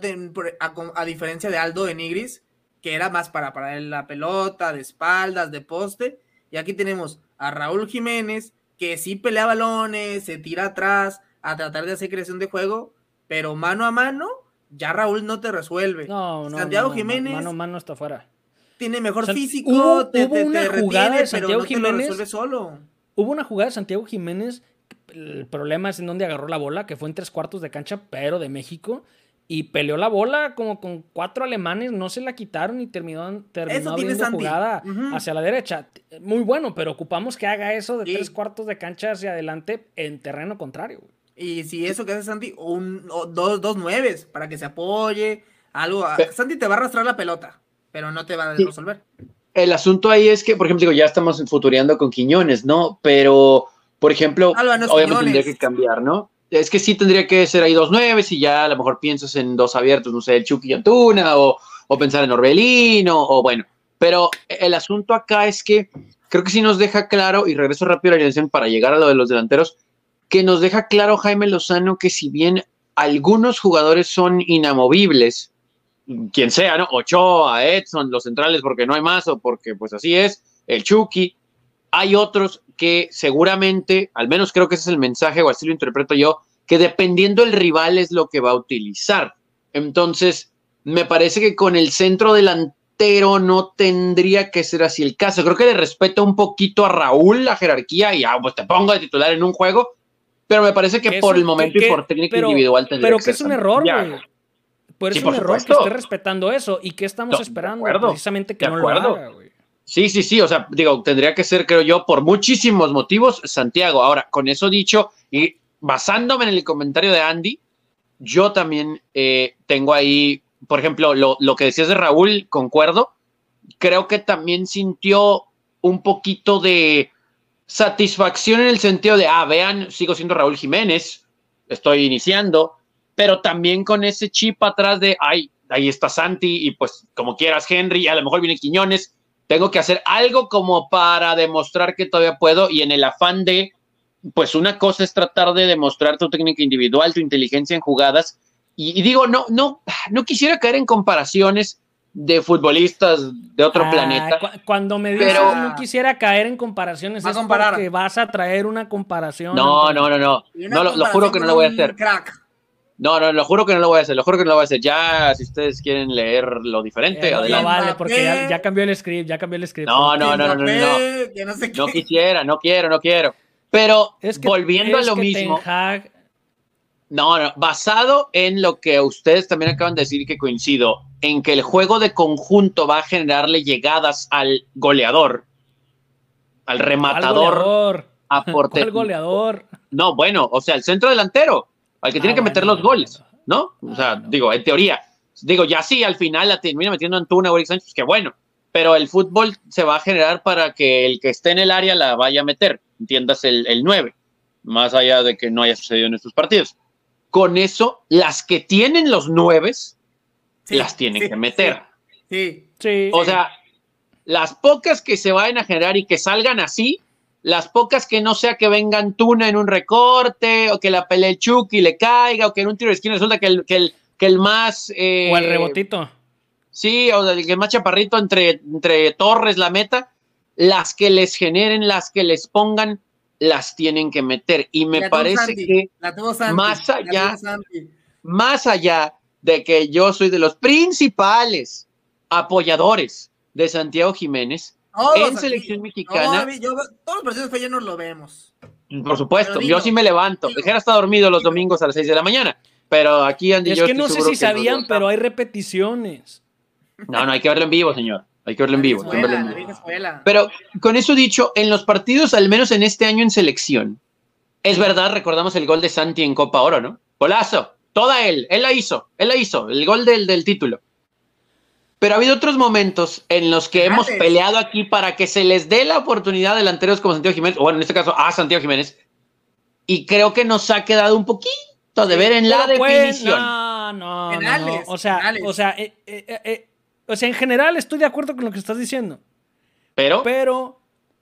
[SPEAKER 3] a diferencia de Aldo de Nigris, que era más para la pelota, de espaldas, de poste. Y aquí tenemos a Raúl Jiménez, que sí pelea balones, se tira atrás a tratar de hacer creación de juego, pero mano a mano, ya Raúl no te resuelve. Santiago Jiménez,
[SPEAKER 2] mano a mano está fuera.
[SPEAKER 3] Tiene mejor físico, te
[SPEAKER 2] jugada de Santiago
[SPEAKER 3] pero no
[SPEAKER 2] Jiménez,
[SPEAKER 3] te lo resuelve solo.
[SPEAKER 2] Hubo una jugada de Santiago Jiménez, el problema es en donde agarró la bola, que fue en 3/4 de cancha, pero de México, y peleó la bola como con 4 alemanes, no se la quitaron y terminó abriendo jugada hacia la derecha. Muy bueno, pero ocupamos que haga eso de 3/4 de cancha hacia adelante en terreno contrario.
[SPEAKER 3] Y si eso que hace Santi, dos 9 para que se apoye, algo. Santi te va a arrastrar la pelota, pero no te va a resolver.
[SPEAKER 1] El asunto ahí es que, por ejemplo, ya estamos futureando con Quiñones, ¿no? Pero, por ejemplo, obviamente tendría que cambiar, ¿no? Es que sí tendría que ser ahí 2 9 y ya a lo mejor piensas en 2 abiertos, no sé, el Chucky y Antuna, o pensar en Orbelín, o bueno. Pero el asunto acá es que creo que sí nos deja claro, y regreso rápido a la alineación para llegar a lo de los delanteros, que nos deja claro Jaime Lozano que si bien algunos jugadores son inamovibles, quien sea, ¿no? Ochoa, Edson, los centrales porque no hay más o porque pues así es, el Chucky, hay otros que seguramente, al menos creo que ese es el mensaje, o así lo interpreto yo, que dependiendo el rival es lo que va a utilizar. Entonces, me parece que con el centro delantero no tendría que ser así el caso. Creo que le respeto un poquito a Raúl la jerarquía y pues te pongo de titular en un juego, pero me parece que por el momento y por técnica individual tendría que ser.
[SPEAKER 2] Pero que es un error, güey. Pues es un error que esté respetando eso. ¿Y qué estamos esperando? Precisamente que no lo haga, güey.
[SPEAKER 1] Sí, o sea, digo, tendría que ser, creo yo, por muchísimos motivos, Santiago. Ahora, con eso dicho, y basándome en el comentario de Andy, yo también tengo ahí por ejemplo, lo que decías de Raúl, concuerdo, creo que también sintió un poquito de satisfacción en el sentido de, vean, sigo siendo Raúl Jiménez, estoy iniciando, pero también con ese chip atrás de, ahí está Santi, y pues como quieras Henry, a lo mejor viene Quiñones, tengo que hacer algo como para demostrar que todavía puedo, y en el afán de, pues una cosa es tratar de demostrar tu técnica individual, tu inteligencia en jugadas, y digo, no quisiera caer en comparaciones de futbolistas de otro planeta.
[SPEAKER 2] Cuando me dices no quisiera caer en comparaciones, es porque vas a traer una comparación.
[SPEAKER 1] No, lo juro que no lo voy a hacer. No, lo juro que no lo voy a hacer, Ya, si ustedes quieren leer lo diferente, adelante.
[SPEAKER 2] No vale, porque ya cambió el script,
[SPEAKER 1] No. No quisiera, no quiero. Pero volviendo a lo mismo. No, basado en lo que ustedes también acaban de decir, que coincido, en que el juego de conjunto va a generarle llegadas al goleador, al rematador.
[SPEAKER 2] ¿Cuál goleador?
[SPEAKER 1] No, bueno, o sea, el centro delantero, al que tiene que meter los goles, ¿no? O sea, digo, en teoría. Digo, ya sí, al final la termina metiendo Antuna o Eric Sánchez, que bueno, pero el fútbol se va a generar para que el que esté en el área la vaya a meter, entiendas el 9, más allá de que no haya sucedido en estos partidos. Con eso, las que tienen los 9 las tienen que meter.
[SPEAKER 3] Sí.
[SPEAKER 1] O sea, las pocas que se vayan a generar y que salgan así, las pocas que no sea que venga Antuna en un recorte, o que la pelee el Chucky y le caiga, o que en un tiro de esquina resulta que el más...
[SPEAKER 2] o el rebotito.
[SPEAKER 1] Sí, o el que más chaparrito entre Torres la meta, las que les generen, las que les pongan, las tienen que meter. Y me parece que más allá de que yo soy de los principales apoyadores de Santiago Jiménez en selección mexicana.
[SPEAKER 3] Todos los partidos que ya nos lo vemos.
[SPEAKER 1] Por supuesto, yo sí me levanto. Dejera está dormido los domingos a las 6 de la mañana. Pero aquí Andy
[SPEAKER 2] es
[SPEAKER 1] yo
[SPEAKER 2] que no sé si sabían, pero hay repeticiones.
[SPEAKER 1] No, hay que verlo en vivo, señor. Hay que verlo en vivo. Pero con eso dicho, en los partidos, al menos en este año en selección, es verdad, recordamos el gol de Santi en Copa Oro, ¿no? Golazo, toda él la hizo, el gol del título. Pero ha habido otros momentos en los que hemos peleado aquí para que se les dé la oportunidad a delanteros como Santiago Jiménez, o bueno, en este caso a Santiago Jiménez, y creo que nos ha quedado un poquito de ver en la definición.
[SPEAKER 2] No. O sea, en general estoy de acuerdo con lo que estás diciendo. Pero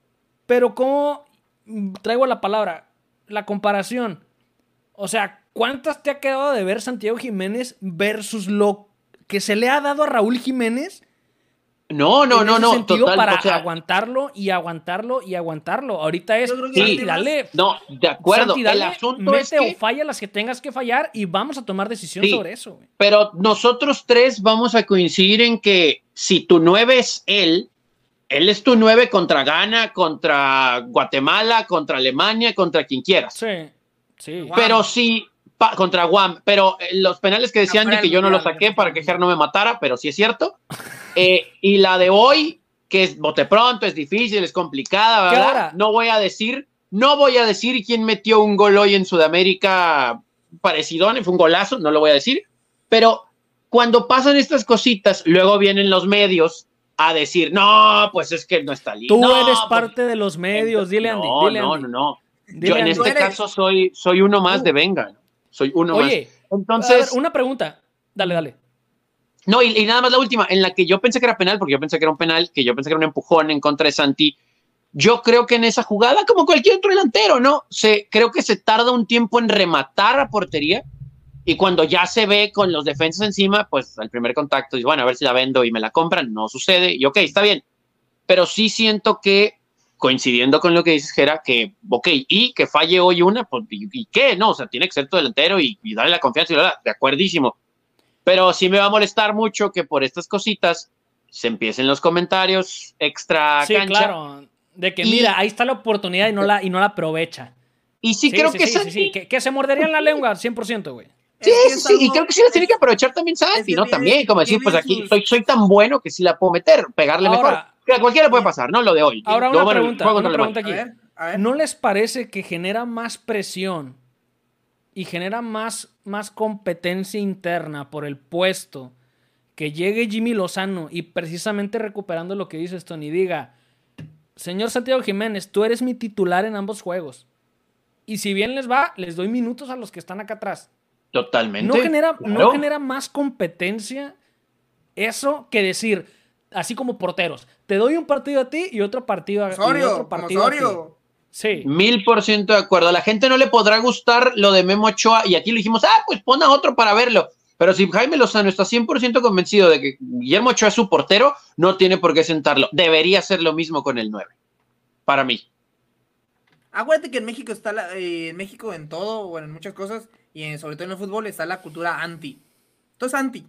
[SPEAKER 2] ¿cómo traigo la palabra? La comparación. O sea, ¿cuántas te ha quedado de ver Santiago Jiménez versus lo que se le ha dado a Raúl Jiménez? No. Total, para aguantarlo. Ahorita es Santi, dale.
[SPEAKER 1] No, de acuerdo.
[SPEAKER 2] Santi, dale,
[SPEAKER 1] el asunto es que
[SPEAKER 2] o falla las que tengas que fallar y vamos a tomar decisión sobre eso. Güey.
[SPEAKER 1] Pero nosotros tres vamos a coincidir en que si tu 9 es él es tu 9 contra Ghana, contra Guatemala, contra Alemania, contra quien quieras.
[SPEAKER 2] Sí.
[SPEAKER 1] Pero sí, contra Guam. Pero los penales que decían de que yo no los saqué para que Ger no me matara, pero sí es cierto. Y la de hoy, que es bote pronto, es difícil, es complicada, ¿verdad? No voy a decir quién metió un gol hoy en Sudamérica parecido, fue un golazo, no lo voy a decir. Pero cuando pasan estas cositas, luego vienen los medios a decir, no, pues es que no está listo.
[SPEAKER 2] Tú eres parte de los medios, dile Andy.
[SPEAKER 1] No. Yo en este caso soy uno más de Venga. Soy uno más. Entonces,
[SPEAKER 2] ver, una pregunta. Dale.
[SPEAKER 1] No, y nada más la última, en la que yo pensé que era penal, porque yo pensé que era un penal, que yo pensé que era un empujón en contra de Santi. Yo creo que en esa jugada, como cualquier otro delantero, ¿no? Creo que se tarda un tiempo en rematar a portería. Y cuando ya se ve con los defensas encima, pues al primer contacto, dice, bueno, a ver si la vendo y me la compran. No sucede. Y ok, está bien. Pero sí siento que, coincidiendo con lo que dices, Gera, que, ok, y que falle hoy una, pues, ¿y qué? No, o sea, tiene que ser tu delantero y darle la confianza y la verdad, de acuerdísimo. Pero sí me va a molestar mucho que por estas cositas se empiecen los comentarios extra cancha.
[SPEAKER 2] Sí, claro. De que, mira, ahí está la oportunidad y no la aprovecha.
[SPEAKER 1] Y sí creo que Santi...
[SPEAKER 2] Sí. Que se morderían la lengua 100%, güey.
[SPEAKER 1] Sí, y creo que sí la tiene que aprovechar también Santi, ¿no? También, como decir, pues aquí soy tan bueno que sí la puedo meter, pegarle mejor. Que a cualquiera puede pasar, ¿no? Lo de hoy.
[SPEAKER 2] Ahora una pregunta aquí. A ver. ¿No les parece que genera más presión y genera más competencia interna por el puesto que llegue Jimmy Lozano y precisamente recuperando lo que dices, Tony, diga, señor Santiago Jiménez, tú eres mi titular en ambos juegos. Y si bien les va, les doy minutos a los que están acá atrás.
[SPEAKER 1] Totalmente.
[SPEAKER 2] No genera más competencia eso que decir, así como porteros, te doy un partido a ti y otro partido a ti. Sí.
[SPEAKER 1] 1000% de acuerdo. A la gente no le podrá gustar lo de Memo Ochoa y aquí le dijimos, pues pon a otro para verlo. Pero si Jaime Lozano está 100% convencido de que Guillermo Ochoa es su portero, no tiene por qué sentarlo. Debería ser lo mismo con el 9, para mí.
[SPEAKER 3] Acuérdate que en México está en México en todo, bueno, en muchas cosas, y sobre todo en el fútbol está la cultura anti. Entonces anti.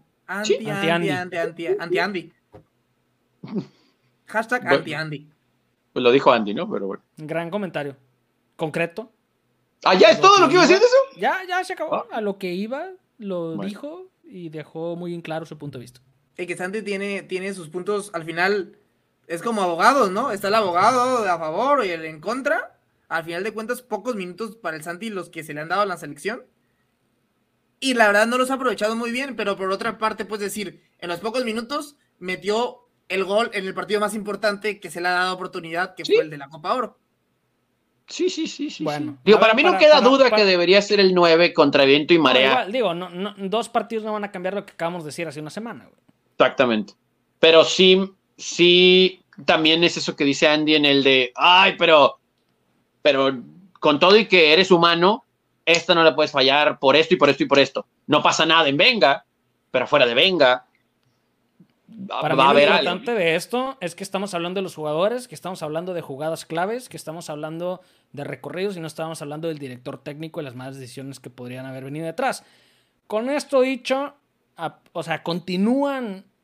[SPEAKER 3] Hashtag
[SPEAKER 1] bueno,
[SPEAKER 3] anti-Andy.
[SPEAKER 1] Pues lo dijo Andy, ¿no? Pero bueno.
[SPEAKER 2] Gran comentario. Concreto.
[SPEAKER 1] ¿Ya es todo lo que iba a decir de eso?
[SPEAKER 2] Ya se acabó. A lo que iba, lo
[SPEAKER 1] Bueno.
[SPEAKER 2] dijo y dejó muy en claro su punto de vista.
[SPEAKER 3] Y que Santi tiene sus puntos, al final, es como abogados, ¿no? Está el abogado a favor y el en contra. Al final de cuentas, pocos minutos para el Santi los que se le han dado a la selección. Y la verdad no los ha aprovechado muy bien, pero por otra parte, pues decir, en los pocos minutos metió el gol en el partido más importante que se le ha dado oportunidad, que fue el de la Copa Oro.
[SPEAKER 1] Sí.
[SPEAKER 2] Bueno,
[SPEAKER 1] Digo, para mí no queda duda que debería ser el 9 contra viento y marea.
[SPEAKER 2] Igual, dos partidos no van a cambiar lo que acabamos de decir hace una semana, güey.
[SPEAKER 1] Exactamente. Pero sí, también es eso que dice Andy en el de, pero con todo y que eres humano, esta no la puedes fallar por esto y por esto y por esto. No pasa nada en Venga, pero afuera de Venga
[SPEAKER 2] Para mí lo importante de esto es que estamos hablando de los jugadores, que estamos hablando de jugadas claves, que estamos hablando de recorridos y no estamos hablando del director técnico y las malas decisiones que podrían haber venido detrás. Con esto dicho, continúa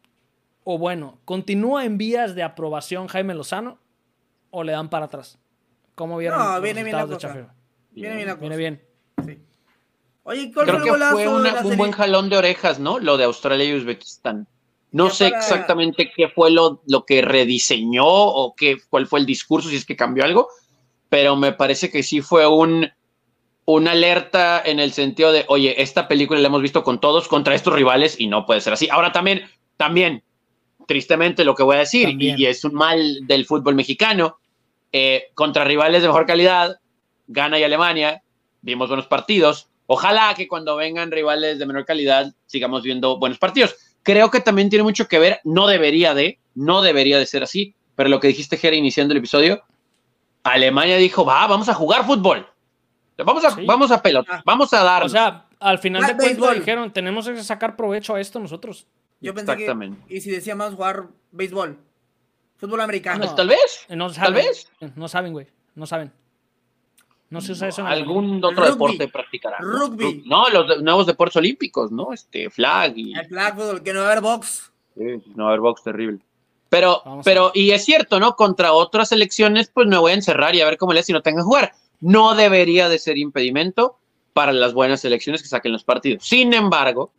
[SPEAKER 2] en vías de aprobación Jaime Lozano o le dan para atrás. ¿Cómo vieron los
[SPEAKER 3] viene bien la
[SPEAKER 2] resultados de
[SPEAKER 3] cosa.
[SPEAKER 2] Chafeo?
[SPEAKER 3] Viene bien. Sí. Oye,
[SPEAKER 1] creo que fue un buen jalón de orejas, ¿no? Lo de Australia y Uzbekistán. No sé exactamente qué fue lo que rediseñó o cuál fue el discurso, si es que cambió algo, pero me parece que sí fue una alerta en el sentido de, oye, esta película la hemos visto con todos contra estos rivales y no puede ser así. Ahora también, tristemente lo que voy a decir, y es un mal del fútbol mexicano, contra rivales de mejor calidad, Ghana y Alemania, vimos buenos partidos. Ojalá que cuando vengan rivales de menor calidad sigamos viendo buenos partidos. Creo que también tiene mucho que ver, no debería de ser así, pero lo que dijiste, Jera, iniciando el episodio, Alemania dijo, vamos a jugar fútbol, vamos a pelota, vamos a darnos.
[SPEAKER 2] O sea, al final de cuentas dijeron, tenemos que sacar provecho a esto nosotros.
[SPEAKER 3] Yo pensé que, y si decíamos jugar béisbol, fútbol americano.
[SPEAKER 1] Pues, tal vez.
[SPEAKER 2] No saben, güey, no saben. No se usa eso en
[SPEAKER 1] algún otro deporte practicará.
[SPEAKER 3] Rugby.
[SPEAKER 1] No, los nuevos deportes olímpicos, ¿no? Flag y...
[SPEAKER 3] El flag football, que no va a haber box.
[SPEAKER 1] Sí, no va a haber box, terrible. Pero, y es cierto, ¿no? Contra otras selecciones, pues me voy a encerrar y a ver cómo le es si no tengan que jugar. No debería de ser impedimento para las buenas selecciones que saquen los partidos. Sin embargo,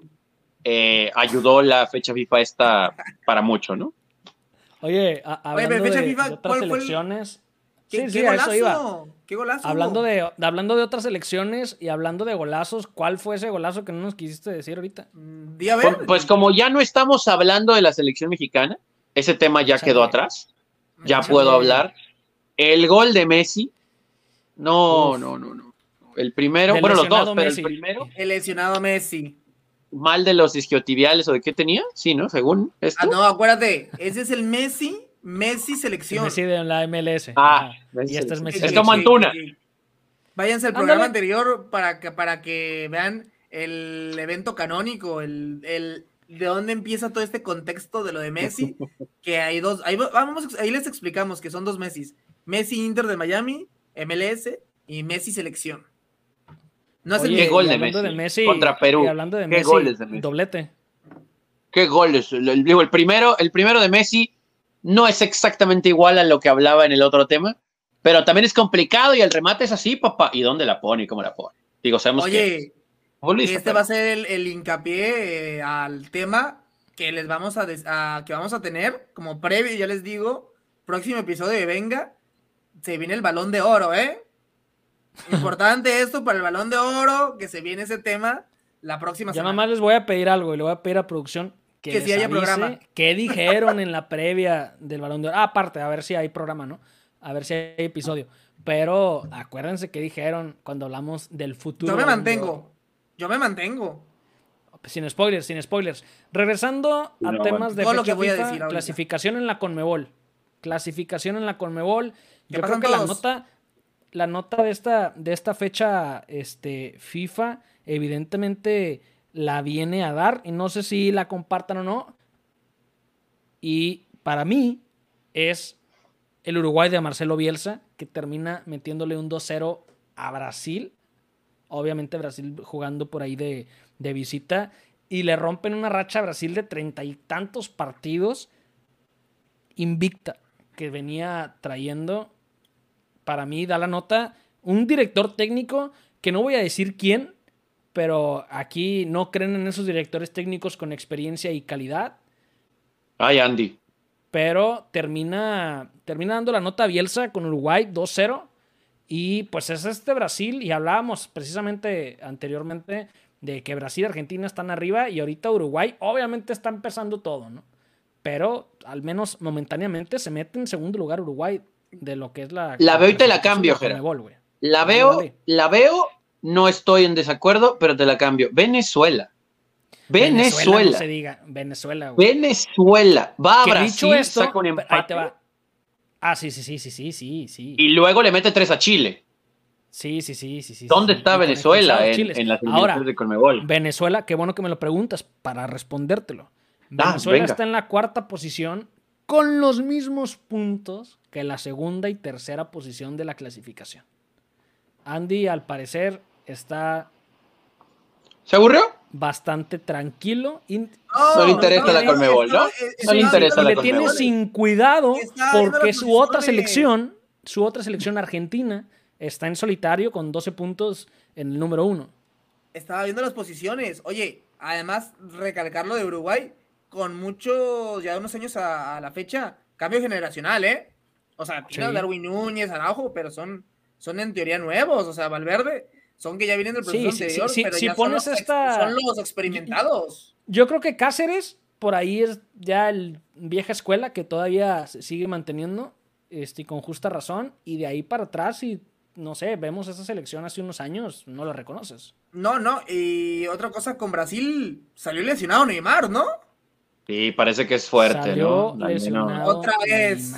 [SPEAKER 1] ayudó la fecha FIFA esta para mucho, ¿no?
[SPEAKER 2] Oye, hablando de otras selecciones...
[SPEAKER 3] ¿Qué golazo? Eso iba. ¿Qué golazo?
[SPEAKER 2] Hablando de otras selecciones y hablando de golazos, ¿cuál fue ese golazo que no nos quisiste decir ahorita?
[SPEAKER 1] Pues como ya no estamos hablando de la selección mexicana, ese tema ya quedó atrás. Ya puedo hablar. El gol de Messi. No. El primero, bueno, los dos, pero el primero.
[SPEAKER 3] El lesionado Messi.
[SPEAKER 1] Mal de los isquiotibiales o de qué tenía, sí, ¿no? Según esto.
[SPEAKER 3] No, acuérdate, ese es el Messi selección.
[SPEAKER 2] Messi de la MLS.
[SPEAKER 1] Y
[SPEAKER 2] este es Messi.
[SPEAKER 1] Es como Antuna.
[SPEAKER 3] Váyanse al programa anterior para que vean el evento canónico, de dónde empieza todo este contexto de lo de Messi, que hay dos, ahí les explicamos que son dos Messis. Messi Inter de Miami, MLS, y Messi selección.
[SPEAKER 1] No sé qué gol de Messi contra Perú.
[SPEAKER 2] Hablando de
[SPEAKER 1] ¿Qué
[SPEAKER 2] Messi,
[SPEAKER 1] goles de Messi?
[SPEAKER 2] Doblete.
[SPEAKER 1] ¿Qué goles? El primero de Messi no es exactamente igual a lo que hablaba en el otro tema, pero también es complicado y el remate es así, papá. ¿Y dónde la pone y cómo la pone? Digo, sabemos que
[SPEAKER 3] va a ser el hincapié al tema que les vamos que vamos a tener como previo, ya les digo, próximo episodio de Venga, se viene el Balón de Oro, Importante esto para el Balón de Oro, que se viene ese tema la próxima semana.
[SPEAKER 2] Ya nomás les voy a pedir algo y le voy a pedir a producción
[SPEAKER 3] Que sí haya programa.
[SPEAKER 2] ¿Qué dijeron en la previa del Balón de Oro? Aparte, a ver si hay programa, ¿no? A ver si hay episodio. Pero acuérdense qué dijeron cuando hablamos del futuro.
[SPEAKER 3] Yo me mantengo.
[SPEAKER 2] Sin spoilers. Regresando a temas de
[SPEAKER 3] todo lo
[SPEAKER 2] fecha
[SPEAKER 3] que voy a
[SPEAKER 2] FIFA,
[SPEAKER 3] decir ahorita.
[SPEAKER 2] clasificación en la Conmebol. Yo creo
[SPEAKER 3] pasan
[SPEAKER 2] que
[SPEAKER 3] todos?
[SPEAKER 2] la nota de esta fecha FIFA evidentemente la viene a dar, y no sé si la compartan o no. Y para mí es el Uruguay de Marcelo Bielsa, que termina metiéndole un 2-0 a Brasil. Obviamente Brasil jugando por ahí de visita, y le rompen una racha a Brasil de 30 y tantos partidos invicta que venía trayendo. Para mí da la nota un director técnico que no voy a decir quién, pero aquí no creen en esos directores técnicos con experiencia y calidad.
[SPEAKER 1] Ay, Andy.
[SPEAKER 2] Pero termina dando la nota a Bielsa con Uruguay 2-0. Y pues es Brasil, y hablábamos precisamente anteriormente de que Brasil y Argentina están arriba, y ahorita Uruguay obviamente está empezando todo, ¿no? Pero al menos momentáneamente se mete en segundo lugar Uruguay de lo que es la
[SPEAKER 1] veo y te la cambio, Jera. La veo, no estoy en desacuerdo, pero te la cambio. Venezuela.
[SPEAKER 2] No se diga. Venezuela, güey.
[SPEAKER 1] Venezuela. Va a
[SPEAKER 2] Que
[SPEAKER 1] Brasil,
[SPEAKER 2] dicho esto,
[SPEAKER 1] saca un empate.
[SPEAKER 2] ahí te va. Ah, sí.
[SPEAKER 1] Y luego le mete 3 a Chile.
[SPEAKER 2] Sí.
[SPEAKER 1] ¿Dónde está Venezuela en las eliminatorias
[SPEAKER 2] Ahora,
[SPEAKER 1] de Conmebol?
[SPEAKER 2] Venezuela, qué bueno que me lo preguntas para respondértelo. Venezuela está en la 4ª posición con los mismos puntos que la 2ª y 3ª posición de la clasificación. Andy, al parecer, está...
[SPEAKER 1] ¿Se aburrió?
[SPEAKER 2] Bastante tranquilo.
[SPEAKER 1] No le interesa la Conmebol, ¿no? No le interesa la Conmebol.
[SPEAKER 2] Le tiene sin cuidado porque su otra selección Argentina, está en solitario con 12 puntos en el número 1.
[SPEAKER 3] Estaba viendo las posiciones. Oye, además, recalcar lo de Uruguay, con muchos, ya unos años a la fecha, cambio generacional, ¿eh? O sea, tiene a Darwin Núñez, Araujo, pero son en teoría nuevos. O sea, Valverde, son que ya vienen del proceso anterior, pero
[SPEAKER 2] si
[SPEAKER 3] ya
[SPEAKER 2] pones
[SPEAKER 3] son los experimentados.
[SPEAKER 2] Yo creo que Cáceres, por ahí es ya el vieja escuela que todavía se sigue manteniendo, con justa razón, y de ahí para atrás, y no sé, vemos esa selección hace unos años, no la reconoces.
[SPEAKER 3] No, y otra cosa, con Brasil salió lesionado Neymar, ¿no?
[SPEAKER 1] Sí, parece que es fuerte,
[SPEAKER 2] salió
[SPEAKER 1] ¿no?
[SPEAKER 2] lesionado
[SPEAKER 3] Otra vez.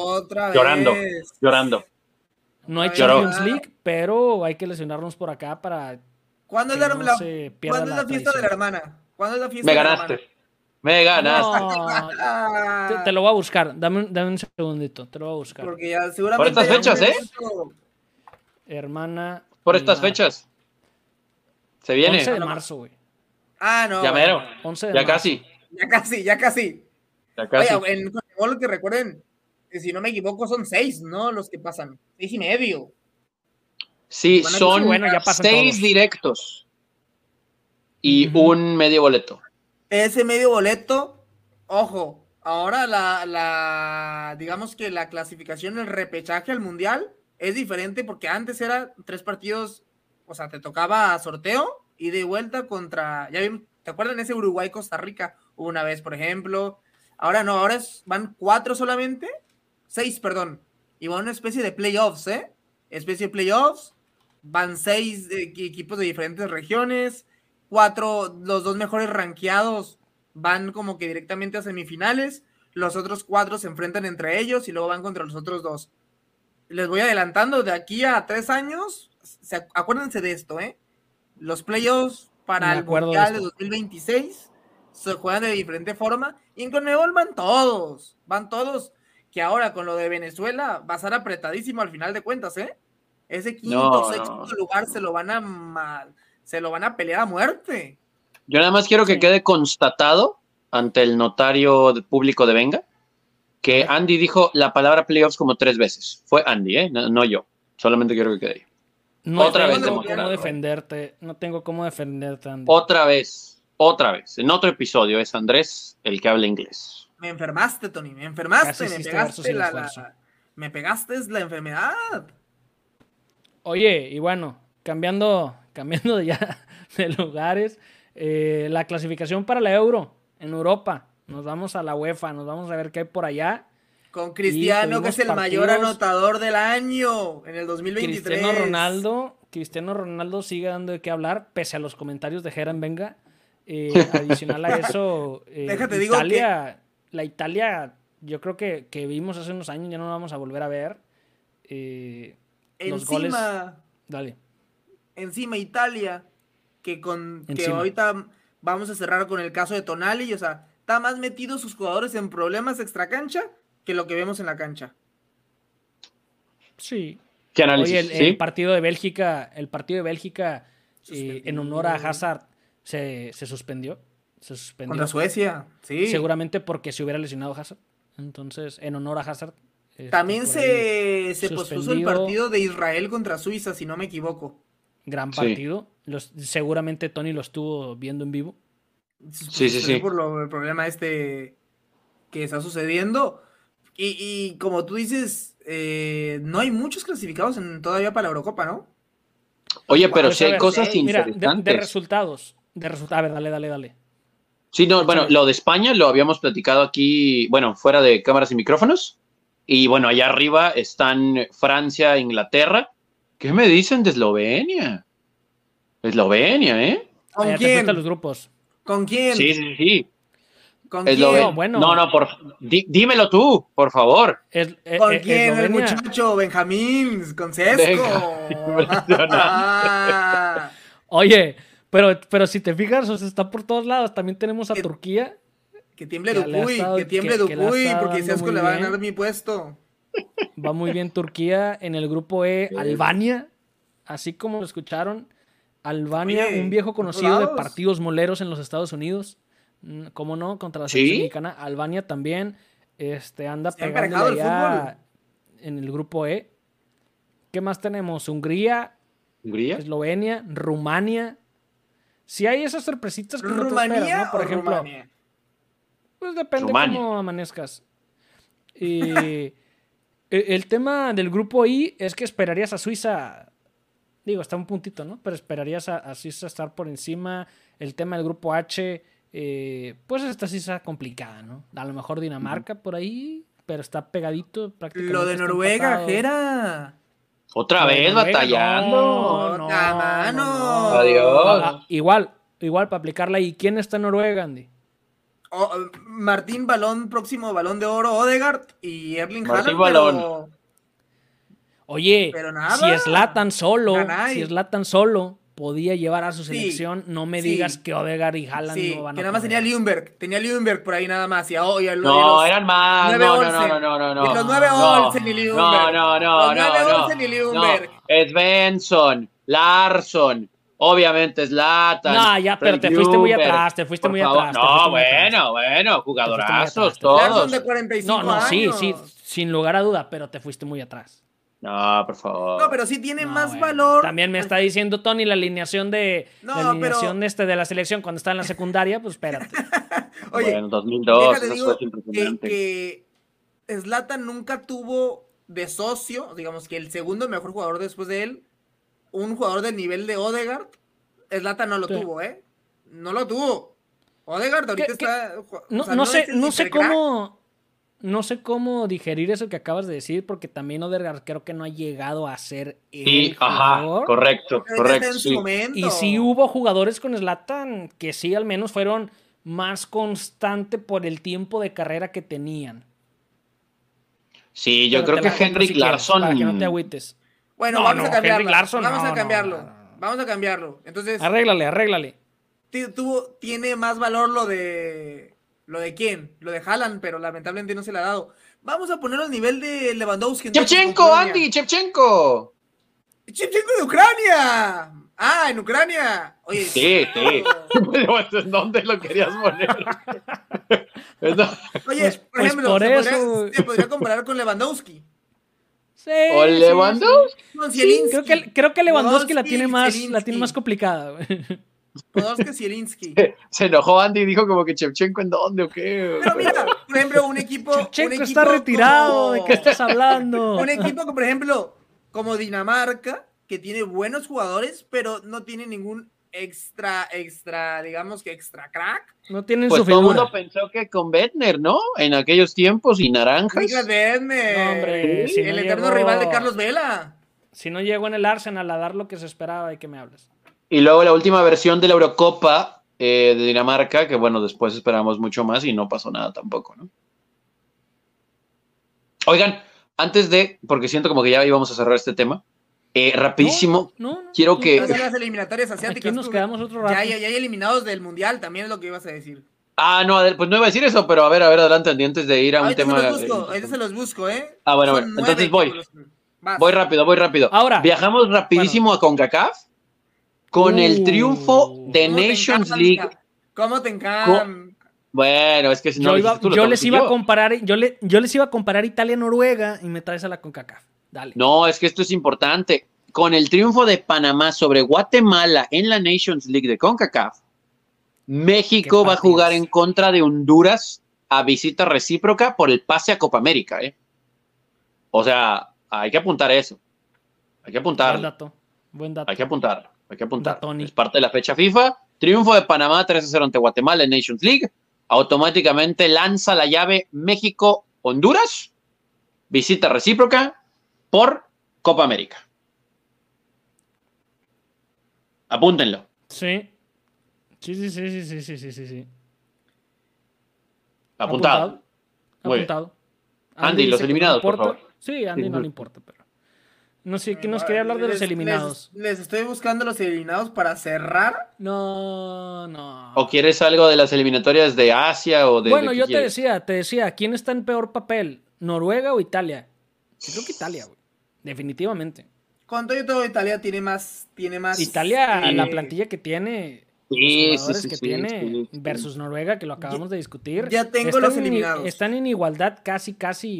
[SPEAKER 1] Llorando.
[SPEAKER 2] No hay Champions League, pero hay que lesionarnos por acá para
[SPEAKER 3] ¿Cuándo es la fiesta de la hermana? ¿Cuándo es la fiesta
[SPEAKER 1] de la hermana? Me ganaste.
[SPEAKER 2] No, te lo voy a buscar. Dame un segundito. Te lo voy a buscar.
[SPEAKER 3] Porque ya seguramente...
[SPEAKER 1] Por estas fechas,
[SPEAKER 2] Hermana.
[SPEAKER 1] Por estas fechas. Se viene.
[SPEAKER 2] 11 de marzo, güey.
[SPEAKER 3] Ah, no.
[SPEAKER 1] Ya mero.
[SPEAKER 2] 11 de
[SPEAKER 1] ya
[SPEAKER 2] marzo.
[SPEAKER 1] casi.
[SPEAKER 3] Ya casi.
[SPEAKER 1] Oye,
[SPEAKER 3] en Conmebol, que recuerden, si no me equivoco, son 6, ¿no? Los que pasan. 6 y medio.
[SPEAKER 1] Sí, son 6 directos. Y un medio boleto.
[SPEAKER 3] Ese medio boleto, ojo, ahora digamos que la clasificación, el repechaje al mundial es diferente, porque antes era 3 partidos, o sea, te tocaba sorteo y de vuelta contra, ya vimos, ¿te acuerdan ese Uruguay-Costa Rica? Una vez, por ejemplo. Ahora no, ahora van 4 solamente, 6, perdón, y van una especie de playoffs, van 6 equipos de diferentes regiones, 4, los 2 mejores rankeados van como que directamente a semifinales, los otros 4 se enfrentan entre ellos y luego van contra los otros 2. Les voy adelantando, de aquí a 3 años, acuérdense de esto, los playoffs para el Mundial de 2026 se juegan de diferente forma, y en Conmebol van todos, que ahora con lo de Venezuela va a ser apretadísimo al final de cuentas, ese quinto, sexto lugar se lo van a pelear a muerte.
[SPEAKER 1] Yo nada más quiero que quede constatado ante el notario público de Venga que Andy dijo la palabra playoffs como 3 veces. Fue Andy, no yo. Solamente quiero que quede ahí.
[SPEAKER 2] No tengo cómo defenderte, Andy.
[SPEAKER 1] Otra vez. En otro episodio es Andrés el que habla inglés.
[SPEAKER 3] Me enfermaste, Tony. Me pegaste la enfermedad.
[SPEAKER 2] Oye, y bueno, cambiando ya de lugares, la clasificación para la Euro en Europa. Nos vamos a la UEFA, nos vamos a ver qué hay por allá.
[SPEAKER 3] Con Cristiano, que es el mayor
[SPEAKER 2] partidos.
[SPEAKER 3] anotador del año en el 2023.
[SPEAKER 2] Cristiano Ronaldo sigue dando de qué hablar, pese a los comentarios de Geran Venga. Adicional a eso,
[SPEAKER 3] Déjate,
[SPEAKER 2] la Italia, yo creo que vimos hace unos años, ya no la vamos a volver a ver. Los goles. Dale.
[SPEAKER 3] Encima Italia, que ahorita vamos a cerrar con el caso de Tonali, o sea, está más metido sus jugadores en problemas extracancha que lo que vemos en la cancha.
[SPEAKER 2] Sí.
[SPEAKER 1] ¿Qué análisis?
[SPEAKER 2] Oye, el partido de Bélgica, en honor a Hazard, se suspendió.
[SPEAKER 3] Contra Suecia, sí.
[SPEAKER 2] Seguramente porque se hubiera lesionado Hazard. Entonces, en honor a Hazard.
[SPEAKER 3] También se pospuso el partido de Israel contra Suiza, si no me equivoco.
[SPEAKER 2] Gran partido. Seguramente Tony lo estuvo viendo en vivo.
[SPEAKER 1] Sí.
[SPEAKER 3] Por el problema que está sucediendo. Y como tú dices, no hay muchos clasificados todavía para la Eurocopa, ¿no?
[SPEAKER 1] Oye, pero si hay cosas interesantes.
[SPEAKER 2] Mira, de resultados. A ver, dale.
[SPEAKER 1] Sí, no, bueno, lo de España lo habíamos platicado aquí, bueno, fuera de cámaras y micrófonos. Y bueno, allá arriba están Francia, Inglaterra. ¿Qué me dicen de Eslovenia? Eslovenia, ¿eh?
[SPEAKER 3] ¿Con quién?
[SPEAKER 2] Te fuiste a los grupos.
[SPEAKER 3] ¿Con quién?
[SPEAKER 1] Sí.
[SPEAKER 3] ¿Con quién?
[SPEAKER 2] Bueno.
[SPEAKER 1] No, dímelo tú, por favor.
[SPEAKER 3] ¿Con quién? El muchacho Benjamín, con Sesco.
[SPEAKER 2] Oye, pero si te fijas, o sea, está por todos lados. También tenemos a Turquía.
[SPEAKER 3] Que tiemble Dupuy, porque Sesco le va a ganar mi puesto.
[SPEAKER 2] Va muy bien Turquía. En el grupo E, Albania, así como lo escucharon. Albania, un viejo conocido de partidos moleros en los Estados Unidos. ¿Cómo no? Contra la selección mexicana. Albania también anda pegando allá en el grupo E. ¿Qué más tenemos? Hungría, Eslovenia, Rumania. Si hay esas sorpresitas que no te esperas, ¿no? Por ejemplo, Rumania. Pues depende cómo amanezcas. Y el tema del grupo I es que esperarías a Suiza. Digo, está un puntito, ¿no? Pero esperarías a Suiza estar por encima. El tema del grupo H, pues esta sí está complicada, ¿no? A lo mejor Dinamarca por ahí, pero está pegadito prácticamente.
[SPEAKER 3] Lo de Noruega, Jera.
[SPEAKER 1] Otra vez batallando.
[SPEAKER 3] No.
[SPEAKER 1] Adiós.
[SPEAKER 2] Igual para aplicarla. ¿Y quién está en Noruega, Andy?
[SPEAKER 3] Martín Balón, próximo Balón de Oro, Odegaard y Erling
[SPEAKER 1] Martín
[SPEAKER 3] Haaland,
[SPEAKER 1] Balón.
[SPEAKER 2] Oye, si Zlatan solo podía llevar a su selección, no me digas que Odegaard y Haaland no van a
[SPEAKER 3] que nada más tenía Ljungberg por ahí nada más.
[SPEAKER 1] Eran más. No.
[SPEAKER 3] Y los 9 Olsen y Ljungberg.
[SPEAKER 1] No.
[SPEAKER 3] Los 9 Olsen y Ljungberg.
[SPEAKER 1] Svensson, Larsson, obviamente Zlatan.
[SPEAKER 2] No, ya, pero te fuiste muy atrás,
[SPEAKER 1] No, bueno, jugadorazos todos.
[SPEAKER 3] Larsson de 45 años.
[SPEAKER 2] Sí, sin lugar a duda, pero te fuiste muy atrás.
[SPEAKER 1] No, por favor.
[SPEAKER 3] No, pero sí tiene más valor.
[SPEAKER 2] También me está diciendo Tony la alineación de la selección cuando estaba en la secundaria, pues espérate.
[SPEAKER 1] Oye, en 2002, eso fue impresionante.
[SPEAKER 3] Que Zlatan nunca tuvo de socio, digamos que el segundo mejor jugador después de él, un jugador del nivel de Odegaard. Zlatan no lo tuvo, ¿eh? No lo tuvo. Odegaard ahorita está...
[SPEAKER 2] No sé cómo digerir eso que acabas de decir, porque también Odegaard creo que no ha llegado a ser el jugador.
[SPEAKER 1] Correcto.
[SPEAKER 3] Sí.
[SPEAKER 2] Y sí hubo jugadores con Zlatan que sí al menos fueron más constante por el tiempo de carrera que tenían.
[SPEAKER 1] Sí, yo creo que Henrik Larsson...
[SPEAKER 2] Para que no te agüites.
[SPEAKER 3] Bueno, vamos a cambiarlo. Vamos a cambiarlo. Entonces...
[SPEAKER 2] Arréglale.
[SPEAKER 3] Tiene más valor lo de quién, lo de Haaland, pero lamentablemente no se le ha dado. Vamos a ponerlo al nivel de Lewandowski.
[SPEAKER 1] ¡Shevchenko, Andy! ¡Shevchenko
[SPEAKER 3] de Ucrania! ¡Ah, en Ucrania! Oye,
[SPEAKER 1] sí. ¿Dónde lo querías poner?
[SPEAKER 3] Oye,
[SPEAKER 2] pues,
[SPEAKER 3] por ejemplo, se podría comparar con Lewandowski.
[SPEAKER 2] Sí,
[SPEAKER 1] ¿O Lewandowski?
[SPEAKER 3] Con Zielinski.
[SPEAKER 2] Creo que Lewandowski la tiene más complicada, güey.
[SPEAKER 3] Podolski, Zielinski.
[SPEAKER 1] Se enojó Andy y dijo como que Shevchenko ¿en dónde o qué?
[SPEAKER 3] Pero mira, por ejemplo, un equipo
[SPEAKER 2] está retirado, ¿de qué estás hablando?
[SPEAKER 3] Un equipo que, por ejemplo, como Dinamarca, que tiene buenos jugadores, pero no tiene ningún digamos que extra crack.
[SPEAKER 2] No tienen
[SPEAKER 1] Pues
[SPEAKER 2] su
[SPEAKER 1] todo el
[SPEAKER 2] figura.
[SPEAKER 1] mundo pensó que con Bettner, ¿no? En aquellos tiempos y naranjas.
[SPEAKER 3] Nicklas Bendtner,
[SPEAKER 2] No, hombre, si no
[SPEAKER 3] el eterno
[SPEAKER 2] llegó-
[SPEAKER 3] rival de Carlos Vela.
[SPEAKER 2] Si no llegó en el Arsenal a dar lo que se esperaba, ¿de qué me hablas?
[SPEAKER 1] Y luego la última versión de la Eurocopa de Dinamarca, que bueno, después esperamos mucho más y no pasó nada tampoco, ¿no? Oigan, antes de, porque siento como que ya íbamos a cerrar este tema, rapidísimo,
[SPEAKER 2] No.
[SPEAKER 1] quiero que...
[SPEAKER 3] Esas son las eliminatorias asiáticas.
[SPEAKER 2] Aquí nos quedamos otro rato.
[SPEAKER 3] Ya hay eliminados del mundial, también es lo que ibas a decir.
[SPEAKER 1] Ah, no, pues no iba a decir eso, pero a ver, adelante, antes de ir a un
[SPEAKER 3] Ahorita
[SPEAKER 1] tema...
[SPEAKER 3] se los busco, ¿eh?
[SPEAKER 1] Ah, bueno,
[SPEAKER 3] Son
[SPEAKER 1] bueno,
[SPEAKER 3] 9
[SPEAKER 1] entonces voy.
[SPEAKER 3] Vas.
[SPEAKER 1] Voy rápido.
[SPEAKER 2] Ahora,
[SPEAKER 1] viajamos rapidísimo a CONCACAF con el triunfo de
[SPEAKER 3] ¿Cómo te
[SPEAKER 1] Nations
[SPEAKER 3] encanta,
[SPEAKER 1] League.
[SPEAKER 3] mija? ¿Cómo te encanta?
[SPEAKER 1] Bueno, es que si no lo dijiste tú, lo
[SPEAKER 2] yo
[SPEAKER 1] tengo
[SPEAKER 2] les
[SPEAKER 1] que
[SPEAKER 2] iba a
[SPEAKER 1] yo.
[SPEAKER 2] comparar, yo les iba a comparar Italia-Noruega y me traes a la CONCACAF. Dale.
[SPEAKER 1] No, es que esto es importante. Con el triunfo de Panamá sobre Guatemala en la Nations League de CONCACAF, México
[SPEAKER 2] Qué
[SPEAKER 1] va a jugar
[SPEAKER 2] partidas.
[SPEAKER 1] en contra de Honduras a visita recíproca por el pase a Copa América, ¿eh? O sea, hay que apuntar eso. Hay que apuntar.
[SPEAKER 2] Buen dato.
[SPEAKER 1] Hay que apuntar.
[SPEAKER 2] Datoni.
[SPEAKER 1] Es parte de la fecha FIFA. Triunfo de Panamá 3-0 ante Guatemala en Nations League. Automáticamente lanza la llave México-Honduras. Visita recíproca por Copa América. Apúntenlo.
[SPEAKER 2] Sí. Sí.
[SPEAKER 1] Apuntado. Muy bien.
[SPEAKER 2] Apuntado.
[SPEAKER 1] Andy, los
[SPEAKER 2] dice que
[SPEAKER 1] eliminados,
[SPEAKER 2] no
[SPEAKER 1] por
[SPEAKER 2] importa.
[SPEAKER 1] favor.
[SPEAKER 2] Sí, a Andy no le importa, pero. No sé, ¿qué nos quería hablar de los eliminados?
[SPEAKER 3] Les estoy buscando los eliminados para cerrar.
[SPEAKER 2] No.
[SPEAKER 1] ¿O quieres algo de las eliminatorias de Asia o de...
[SPEAKER 2] Bueno,
[SPEAKER 1] de qué
[SPEAKER 2] yo
[SPEAKER 1] quieres?
[SPEAKER 2] te decía, ¿quién está en peor papel? ¿Noruega o Italia? Yo creo que Italia, güey. Definitivamente.
[SPEAKER 3] Con todo Italia tiene más.
[SPEAKER 2] Italia, la plantilla que tiene,
[SPEAKER 1] Sí,
[SPEAKER 2] los jugadores
[SPEAKER 1] sí,
[SPEAKER 2] que
[SPEAKER 1] sí,
[SPEAKER 2] tiene,
[SPEAKER 1] sí.
[SPEAKER 2] versus Noruega, que lo acabamos de discutir.
[SPEAKER 3] Ya tengo los eliminados.
[SPEAKER 2] Están en igualdad casi,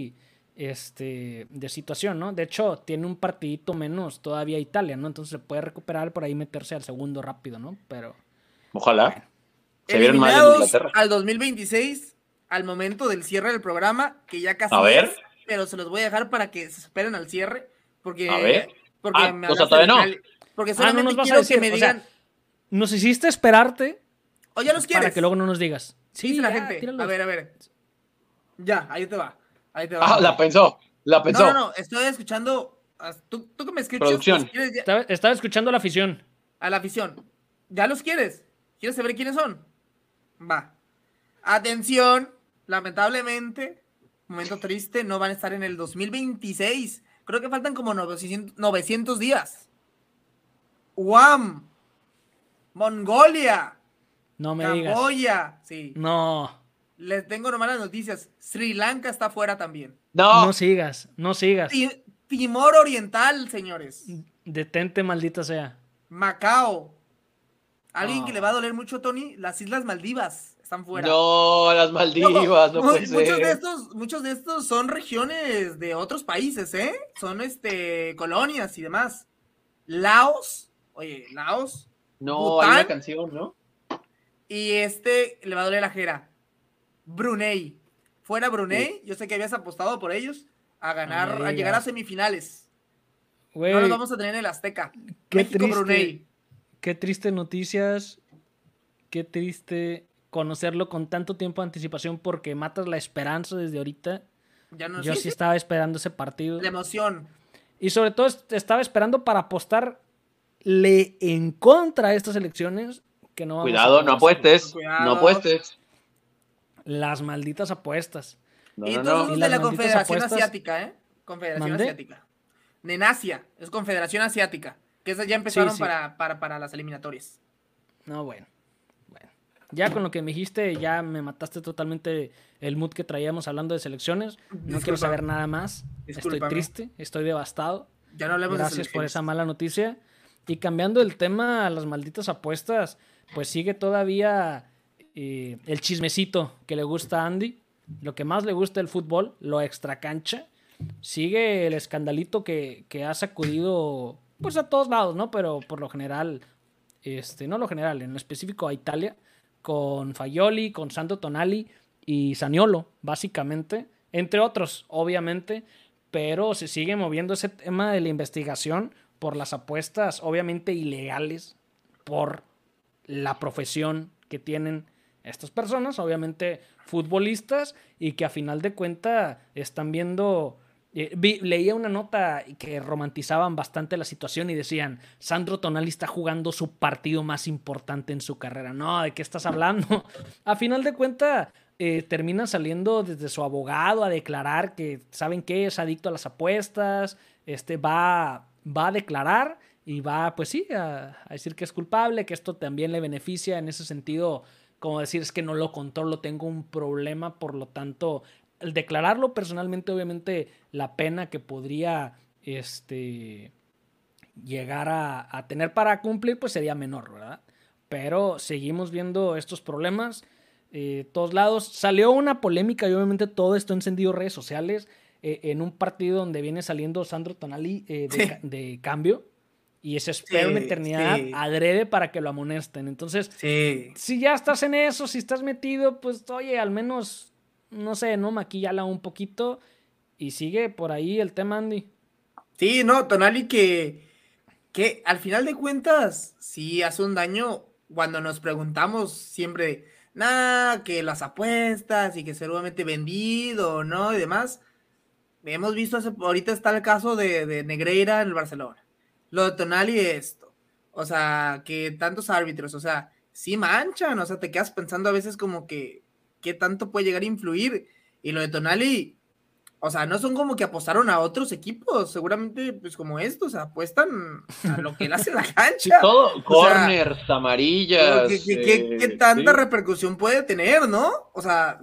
[SPEAKER 2] de situación, ¿no? De hecho, tiene un partidito menos todavía Italia, ¿no? Entonces se puede recuperar por ahí meterse al segundo rápido, ¿no? Pero
[SPEAKER 1] Ojalá. Se vieron mal en
[SPEAKER 3] Eliminados
[SPEAKER 1] Inglaterra.
[SPEAKER 3] al 2026, al momento del cierre del programa, que ya casi
[SPEAKER 1] A ver.
[SPEAKER 3] es, pero se los voy a dejar para que se esperen al cierre, porque...
[SPEAKER 1] A ver.
[SPEAKER 3] Porque
[SPEAKER 1] Ah,
[SPEAKER 3] me
[SPEAKER 1] o sea,
[SPEAKER 3] hablaste
[SPEAKER 1] todavía
[SPEAKER 3] de
[SPEAKER 1] no.
[SPEAKER 3] Italia. Porque
[SPEAKER 2] no
[SPEAKER 3] solamente
[SPEAKER 2] nos vas a
[SPEAKER 3] quiero
[SPEAKER 2] decir,
[SPEAKER 3] que me
[SPEAKER 2] o sea,
[SPEAKER 3] digan...
[SPEAKER 2] nos hiciste esperarte
[SPEAKER 3] O ya los quieres.
[SPEAKER 2] para que luego no nos digas. Sí,
[SPEAKER 3] Dice la
[SPEAKER 2] ya,
[SPEAKER 3] gente.
[SPEAKER 2] tíralos.
[SPEAKER 3] A ver. Ya, ahí te va.
[SPEAKER 1] Ah, la pensó.
[SPEAKER 3] No, estoy escuchando... Tú que me escuchas,
[SPEAKER 1] Producción.
[SPEAKER 3] los quieres ya-
[SPEAKER 2] Estaba escuchando a la afición.
[SPEAKER 3] a la afición. ¿Ya los quieres? ¿Quieres saber quiénes son? Va. Atención, lamentablemente, momento triste, no van a estar en el 2026. Creo que faltan como 900 días. Guam, Mongolia,
[SPEAKER 2] No me digas.
[SPEAKER 3] Camboya, sí.
[SPEAKER 2] No.
[SPEAKER 3] Les tengo nomás las noticias. Sri Lanka está fuera también.
[SPEAKER 1] No.
[SPEAKER 2] No sigas.
[SPEAKER 3] Timor Oriental, señores.
[SPEAKER 2] Detente, maldita sea.
[SPEAKER 3] Macao. Alguien
[SPEAKER 2] No.
[SPEAKER 3] que le va a doler mucho, Tony, las Islas Maldivas están fuera.
[SPEAKER 1] No, las Maldivas, no puede ser.
[SPEAKER 3] Muchos de estos son regiones de otros países, ¿eh? Son colonias y demás. Laos, Laos.
[SPEAKER 1] No,
[SPEAKER 3] Bután.
[SPEAKER 1] hay una canción, ¿no?
[SPEAKER 3] Y le va a doler la jera. Brunei. Fuera Brunei, yo sé que habías apostado por ellos a ganar,
[SPEAKER 2] No me
[SPEAKER 3] a llegar a
[SPEAKER 2] digas.
[SPEAKER 3] semifinales.
[SPEAKER 2] Güey,
[SPEAKER 3] No los vamos a tener en el Azteca.
[SPEAKER 2] qué
[SPEAKER 3] México,
[SPEAKER 2] triste.
[SPEAKER 3] Brunei.
[SPEAKER 2] Qué triste noticias. Qué triste conocerlo con tanto tiempo de anticipación porque matas la esperanza desde ahorita.
[SPEAKER 3] Ya no
[SPEAKER 2] Yo
[SPEAKER 3] sé.
[SPEAKER 2] sí estaba esperando ese partido.
[SPEAKER 3] La emoción.
[SPEAKER 2] Y sobre todo estaba esperando para apostarle en contra de estas elecciones que no vamos a
[SPEAKER 1] Cuidado,
[SPEAKER 2] poder
[SPEAKER 1] no
[SPEAKER 2] hacer.
[SPEAKER 1] apuestes.
[SPEAKER 3] Cuidado.
[SPEAKER 1] No apuestes.
[SPEAKER 2] Las malditas apuestas.
[SPEAKER 1] No,
[SPEAKER 3] Y
[SPEAKER 1] no,
[SPEAKER 3] todos
[SPEAKER 1] no.
[SPEAKER 3] los
[SPEAKER 2] Y
[SPEAKER 3] de
[SPEAKER 2] las
[SPEAKER 3] la
[SPEAKER 2] malditas
[SPEAKER 3] Confederación
[SPEAKER 2] apuestas-
[SPEAKER 3] Asiática, ¿eh? Confederación
[SPEAKER 2] ¿Mande?
[SPEAKER 3] Asiática. Nenasia, es Confederación Asiática. Que esas ya empezaron
[SPEAKER 2] Sí.
[SPEAKER 3] para las eliminatorias.
[SPEAKER 2] No, bueno. Ya con lo que me dijiste, ya me mataste totalmente el mood que traíamos hablando de selecciones. No quiero
[SPEAKER 3] Disculpa.
[SPEAKER 2] saber nada más.
[SPEAKER 3] Discúlpame.
[SPEAKER 2] Estoy triste, estoy devastado.
[SPEAKER 3] Ya no hablemos de
[SPEAKER 2] Gracias por
[SPEAKER 3] selecciones.
[SPEAKER 2] esa mala noticia. Y cambiando el tema a las malditas apuestas, pues sigue todavía el chismecito que le gusta a Andy. Lo que más le gusta del fútbol, lo extracancha. Sigue el escandalito que ha sacudido pues a todos lados, ¿no? Pero por lo general, no lo general, en lo específico a Italia, con Fagioli, con Sandro Tonali y Zaniolo, básicamente, entre otros, obviamente, pero se sigue moviendo ese tema de la investigación por las apuestas, obviamente ilegales, por la profesión que tienen estas personas, obviamente futbolistas, y que a final de cuentas están viendo... leía una nota que romantizaban bastante la situación y decían, Sandro Tonali está jugando su partido más importante en su carrera. No, ¿de qué estás hablando? A final de cuentas, termina saliendo desde su abogado a declarar que, ¿saben qué? Es adicto a las apuestas, va a declarar y va, pues sí, a decir que es culpable, que esto también le beneficia en ese sentido, como decir, es que no lo controlo, tengo un problema, por lo tanto... Al declararlo personalmente, obviamente, la pena que podría llegar a tener para cumplir, pues sería menor, ¿verdad? Pero seguimos viendo estos problemas todos lados. Salió una polémica y obviamente todo esto ha encendido redes sociales en un partido donde viene saliendo Sandro Tonali de cambio y se espera una eternidad adrede para que lo amonesten. Entonces, si ya estás en eso, si estás metido, pues oye, al menos... no sé, ¿no? Maquillala un poquito y sigue por ahí el tema, Andy.
[SPEAKER 3] Sí, no, Tonali que al final de cuentas sí hace un daño cuando nos preguntamos siempre, que las apuestas y que seguramente vendido, ¿no? Y demás. Hemos visto, ahorita está el caso de Negreira en el Barcelona. Lo de Tonali esto. O sea, que tantos árbitros, o sea, sí manchan, o sea, te quedas pensando a veces como que qué tanto puede llegar a influir. Y lo de Tonali, o sea, no son como que apostaron a otros equipos, seguramente pues como estos, apuestan a lo que él hace en la cancha.
[SPEAKER 1] Sí, todo, corners, amarillas.
[SPEAKER 3] ¿Qué tanta repercusión puede tener, no? O sea,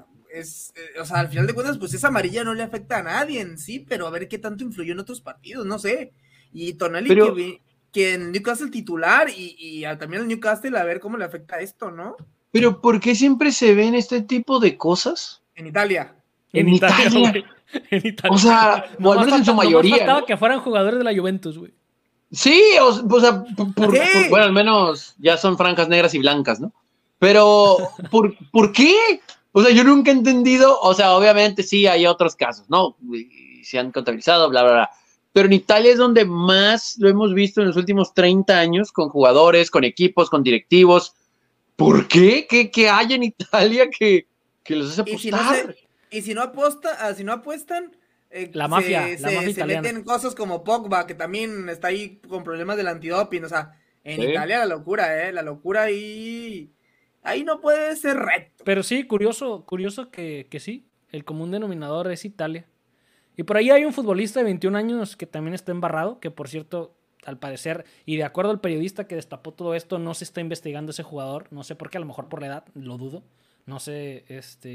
[SPEAKER 3] al final de cuentas, pues esa amarilla no le afecta a nadie en sí, pero a ver qué tanto influyó en otros partidos, no sé. Y Tonali que en Newcastle titular y también el Newcastle, a ver cómo le afecta esto, ¿no?
[SPEAKER 1] Pero ¿por qué siempre se ven este tipo de cosas?
[SPEAKER 3] En Italia.
[SPEAKER 2] En Italia.
[SPEAKER 1] O sea, o al menos en su mayoría.
[SPEAKER 2] Faltaba, ¿no? Que fueran jugadores de la Juventus, güey.
[SPEAKER 1] Sí, o sea, bueno, al menos ya son franjas negras y blancas, ¿no? Pero, ¿por qué? O sea, yo nunca he entendido, o sea, obviamente sí hay otros casos, ¿no? Y se han contabilizado, bla, bla, bla. Pero en Italia es donde más lo hemos visto en los últimos 30 años, con jugadores, con equipos, con directivos. ¿Por qué? ¿Qué hay en Italia que los hace apostar?
[SPEAKER 3] Y si no apuestan,
[SPEAKER 2] la mafia
[SPEAKER 3] se meten cosas como Pogba, que también está ahí con problemas del antidoping. O sea, en Italia la locura ahí no puede ser recto.
[SPEAKER 2] Pero sí, curioso que sí, el común denominador es Italia. Y por ahí hay un futbolista de 21 años que también está embarrado, que por cierto, al parecer, y de acuerdo al periodista que destapó todo esto, no se está investigando ese jugador. No sé por qué, a lo mejor por la edad, lo dudo. No sé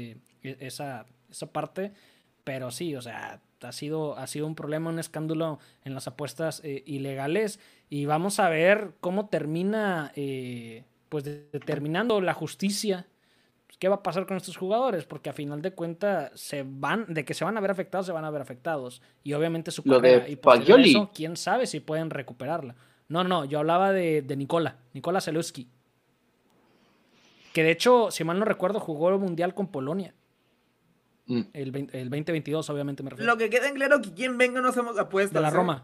[SPEAKER 2] esa parte, pero sí, o sea, ha sido un problema, un escándalo en las apuestas ilegales, y vamos a ver cómo termina pues determinando la justicia qué va a pasar con estos jugadores, porque a final de cuentas se van a ver afectados, y obviamente su carrera, y por eso, quién sabe si pueden recuperarla. No, yo hablaba de Nikola Zelewski, que de hecho, si mal no recuerdo, jugó el Mundial con Polonia. El 2022, obviamente me refiero.
[SPEAKER 3] Lo que queda en claro que quien venga no hacemos apuestas.
[SPEAKER 2] De la Roma.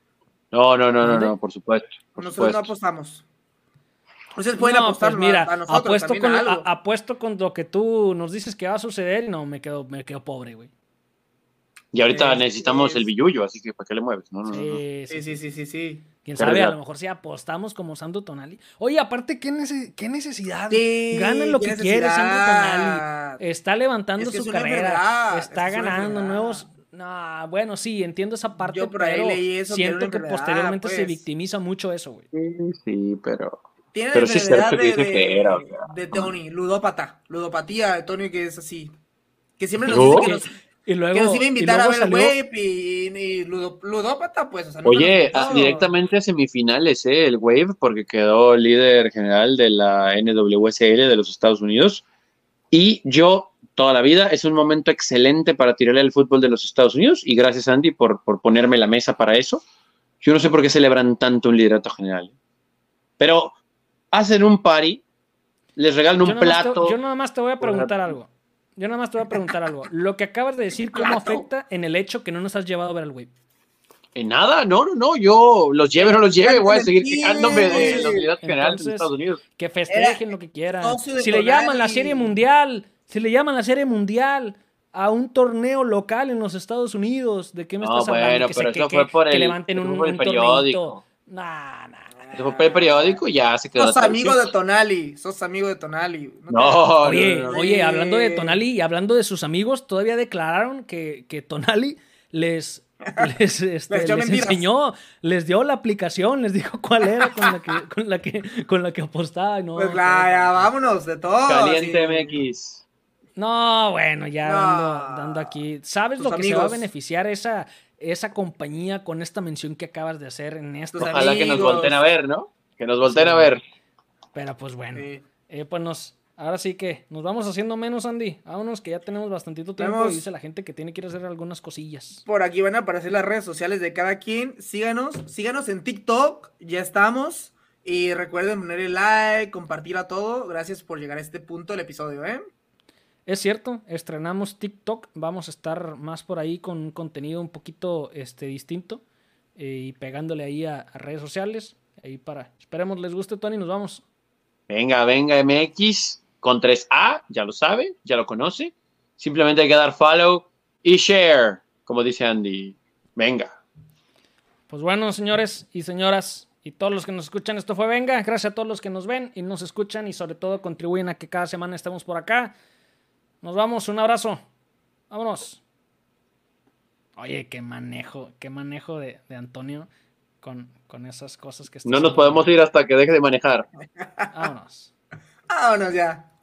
[SPEAKER 1] No, por supuesto.
[SPEAKER 3] Nosotros no apostamos. Ustedes pueden apostar,
[SPEAKER 2] pues mira,
[SPEAKER 3] a nosotros
[SPEAKER 2] apuesto con lo que tú nos dices que va a suceder y no, me quedo pobre, güey.
[SPEAKER 1] Y ahorita necesitamos el billullo, así que ¿para qué le mueves? No.
[SPEAKER 3] Sí.
[SPEAKER 2] Quién sabe, a lo mejor si apostamos como Sandro Tonali. Oye, aparte, ¿qué necesidad? Gana lo que quiere Sandro Tonali. Está levantando su carrera. Está ganando nuevos... No, bueno, sí, entiendo esa parte,
[SPEAKER 3] yo por ahí
[SPEAKER 2] pero
[SPEAKER 3] leí eso,
[SPEAKER 2] siento que posteriormente se victimiza mucho eso, güey.
[SPEAKER 1] Sí, pero...
[SPEAKER 3] Tiene la enfermedad
[SPEAKER 1] de
[SPEAKER 3] Tony, ludopatía de Tony, que es así. Que siempre nos dice que nos iba a invitar a ver el Wave y ludópata, pues. O sea,
[SPEAKER 1] oye, directamente a semifinales, el Wave, porque quedó líder general de la NWSL de los Estados Unidos. Y yo, toda la vida, es un momento excelente para tirarle al fútbol de los Estados Unidos. Y gracias, Andy, por ponerme la mesa para eso. Yo no sé por qué celebran tanto un liderato general. Pero hacen un party, les regalan un plato.
[SPEAKER 2] Yo nada más te voy a preguntar algo. Lo que acabas de decir, ¿cómo afecta en el hecho que no nos has llevado a ver al Wave?
[SPEAKER 1] En nada, no, yo los lleve o no los lleve, voy a seguir
[SPEAKER 3] Sí,
[SPEAKER 1] quejándome de la unidad general de
[SPEAKER 2] entonces,
[SPEAKER 1] Estados Unidos.
[SPEAKER 2] que festejen lo que quieran.
[SPEAKER 3] socio de
[SPEAKER 2] Si le llaman la
[SPEAKER 3] Tonali.
[SPEAKER 2] Serie Mundial, a un torneo local en los Estados Unidos, ¿de qué me
[SPEAKER 1] No,
[SPEAKER 2] estás hablando?
[SPEAKER 1] bueno,
[SPEAKER 2] Que
[SPEAKER 1] pero eso fue por
[SPEAKER 2] que
[SPEAKER 1] el-
[SPEAKER 2] levanten
[SPEAKER 1] eso
[SPEAKER 2] un,
[SPEAKER 1] fue por el
[SPEAKER 2] un
[SPEAKER 1] periódico.
[SPEAKER 2] torneito. Nah.
[SPEAKER 1] Eso fue por el periódico y ya se quedó.
[SPEAKER 3] Sos
[SPEAKER 1] la
[SPEAKER 3] amigo
[SPEAKER 1] tradición.
[SPEAKER 3] de Tonali. Sos amigo de Tonali.
[SPEAKER 1] No,
[SPEAKER 2] Oye,
[SPEAKER 1] no.
[SPEAKER 2] oye, hablando de Tonali y hablando de sus amigos, todavía declararon que Tonali les
[SPEAKER 3] echó mentiras.
[SPEAKER 2] enseñó, les dio la aplicación, les dijo cuál era con la que apostaba. No,
[SPEAKER 3] Pues ya vámonos de todo.
[SPEAKER 1] Caliente
[SPEAKER 3] así.
[SPEAKER 1] MX.
[SPEAKER 2] no, bueno, ya
[SPEAKER 3] No.
[SPEAKER 2] dando aquí. ¿Sabes
[SPEAKER 3] Tus
[SPEAKER 2] lo que se va a
[SPEAKER 3] amigos.
[SPEAKER 2] beneficiar esa compañía con esta mención que acabas de hacer en esto?
[SPEAKER 3] Tus
[SPEAKER 1] Ojalá que nos
[SPEAKER 3] amigos.
[SPEAKER 1] volteen a ver, ¿no? Que nos volteen
[SPEAKER 2] Sí.
[SPEAKER 1] a ver.
[SPEAKER 2] Pero pues bueno,
[SPEAKER 3] Sí.
[SPEAKER 2] pues ahora sí que nos vamos haciendo menos, Andy. Vámonos, que ya tenemos bastantito tiempo
[SPEAKER 3] Vamos.
[SPEAKER 2] y dice la gente que tiene que ir a hacer algunas cosillas.
[SPEAKER 3] Por aquí van a aparecer las redes sociales de cada quien. Síganos en TikTok. Ya estamos. Y recuerden ponerle like, compartir a todo. Gracias por llegar a este punto del episodio, ¿eh?
[SPEAKER 2] Es cierto, estrenamos TikTok, vamos a estar más por ahí con un contenido un poquito distinto y pegándole ahí a redes sociales. Ahí esperemos les guste, Tony, nos vamos.
[SPEAKER 1] Venga, MX con 3A, ya lo sabe, ya lo conoce. Simplemente hay que dar follow y share, como dice Andy. Venga.
[SPEAKER 2] Pues bueno, señores y señoras y todos los que nos escuchan, esto fue Venga. Gracias a todos los que nos ven y nos escuchan y sobre todo contribuyen a que cada semana estemos por acá. Nos vamos, un abrazo. Vámonos. Oye, qué manejo de Antonio con esas cosas que está
[SPEAKER 1] No nos
[SPEAKER 2] haciendo.
[SPEAKER 1] podemos ir hasta que deje de manejar.
[SPEAKER 2] Vámonos.
[SPEAKER 3] Vámonos ya.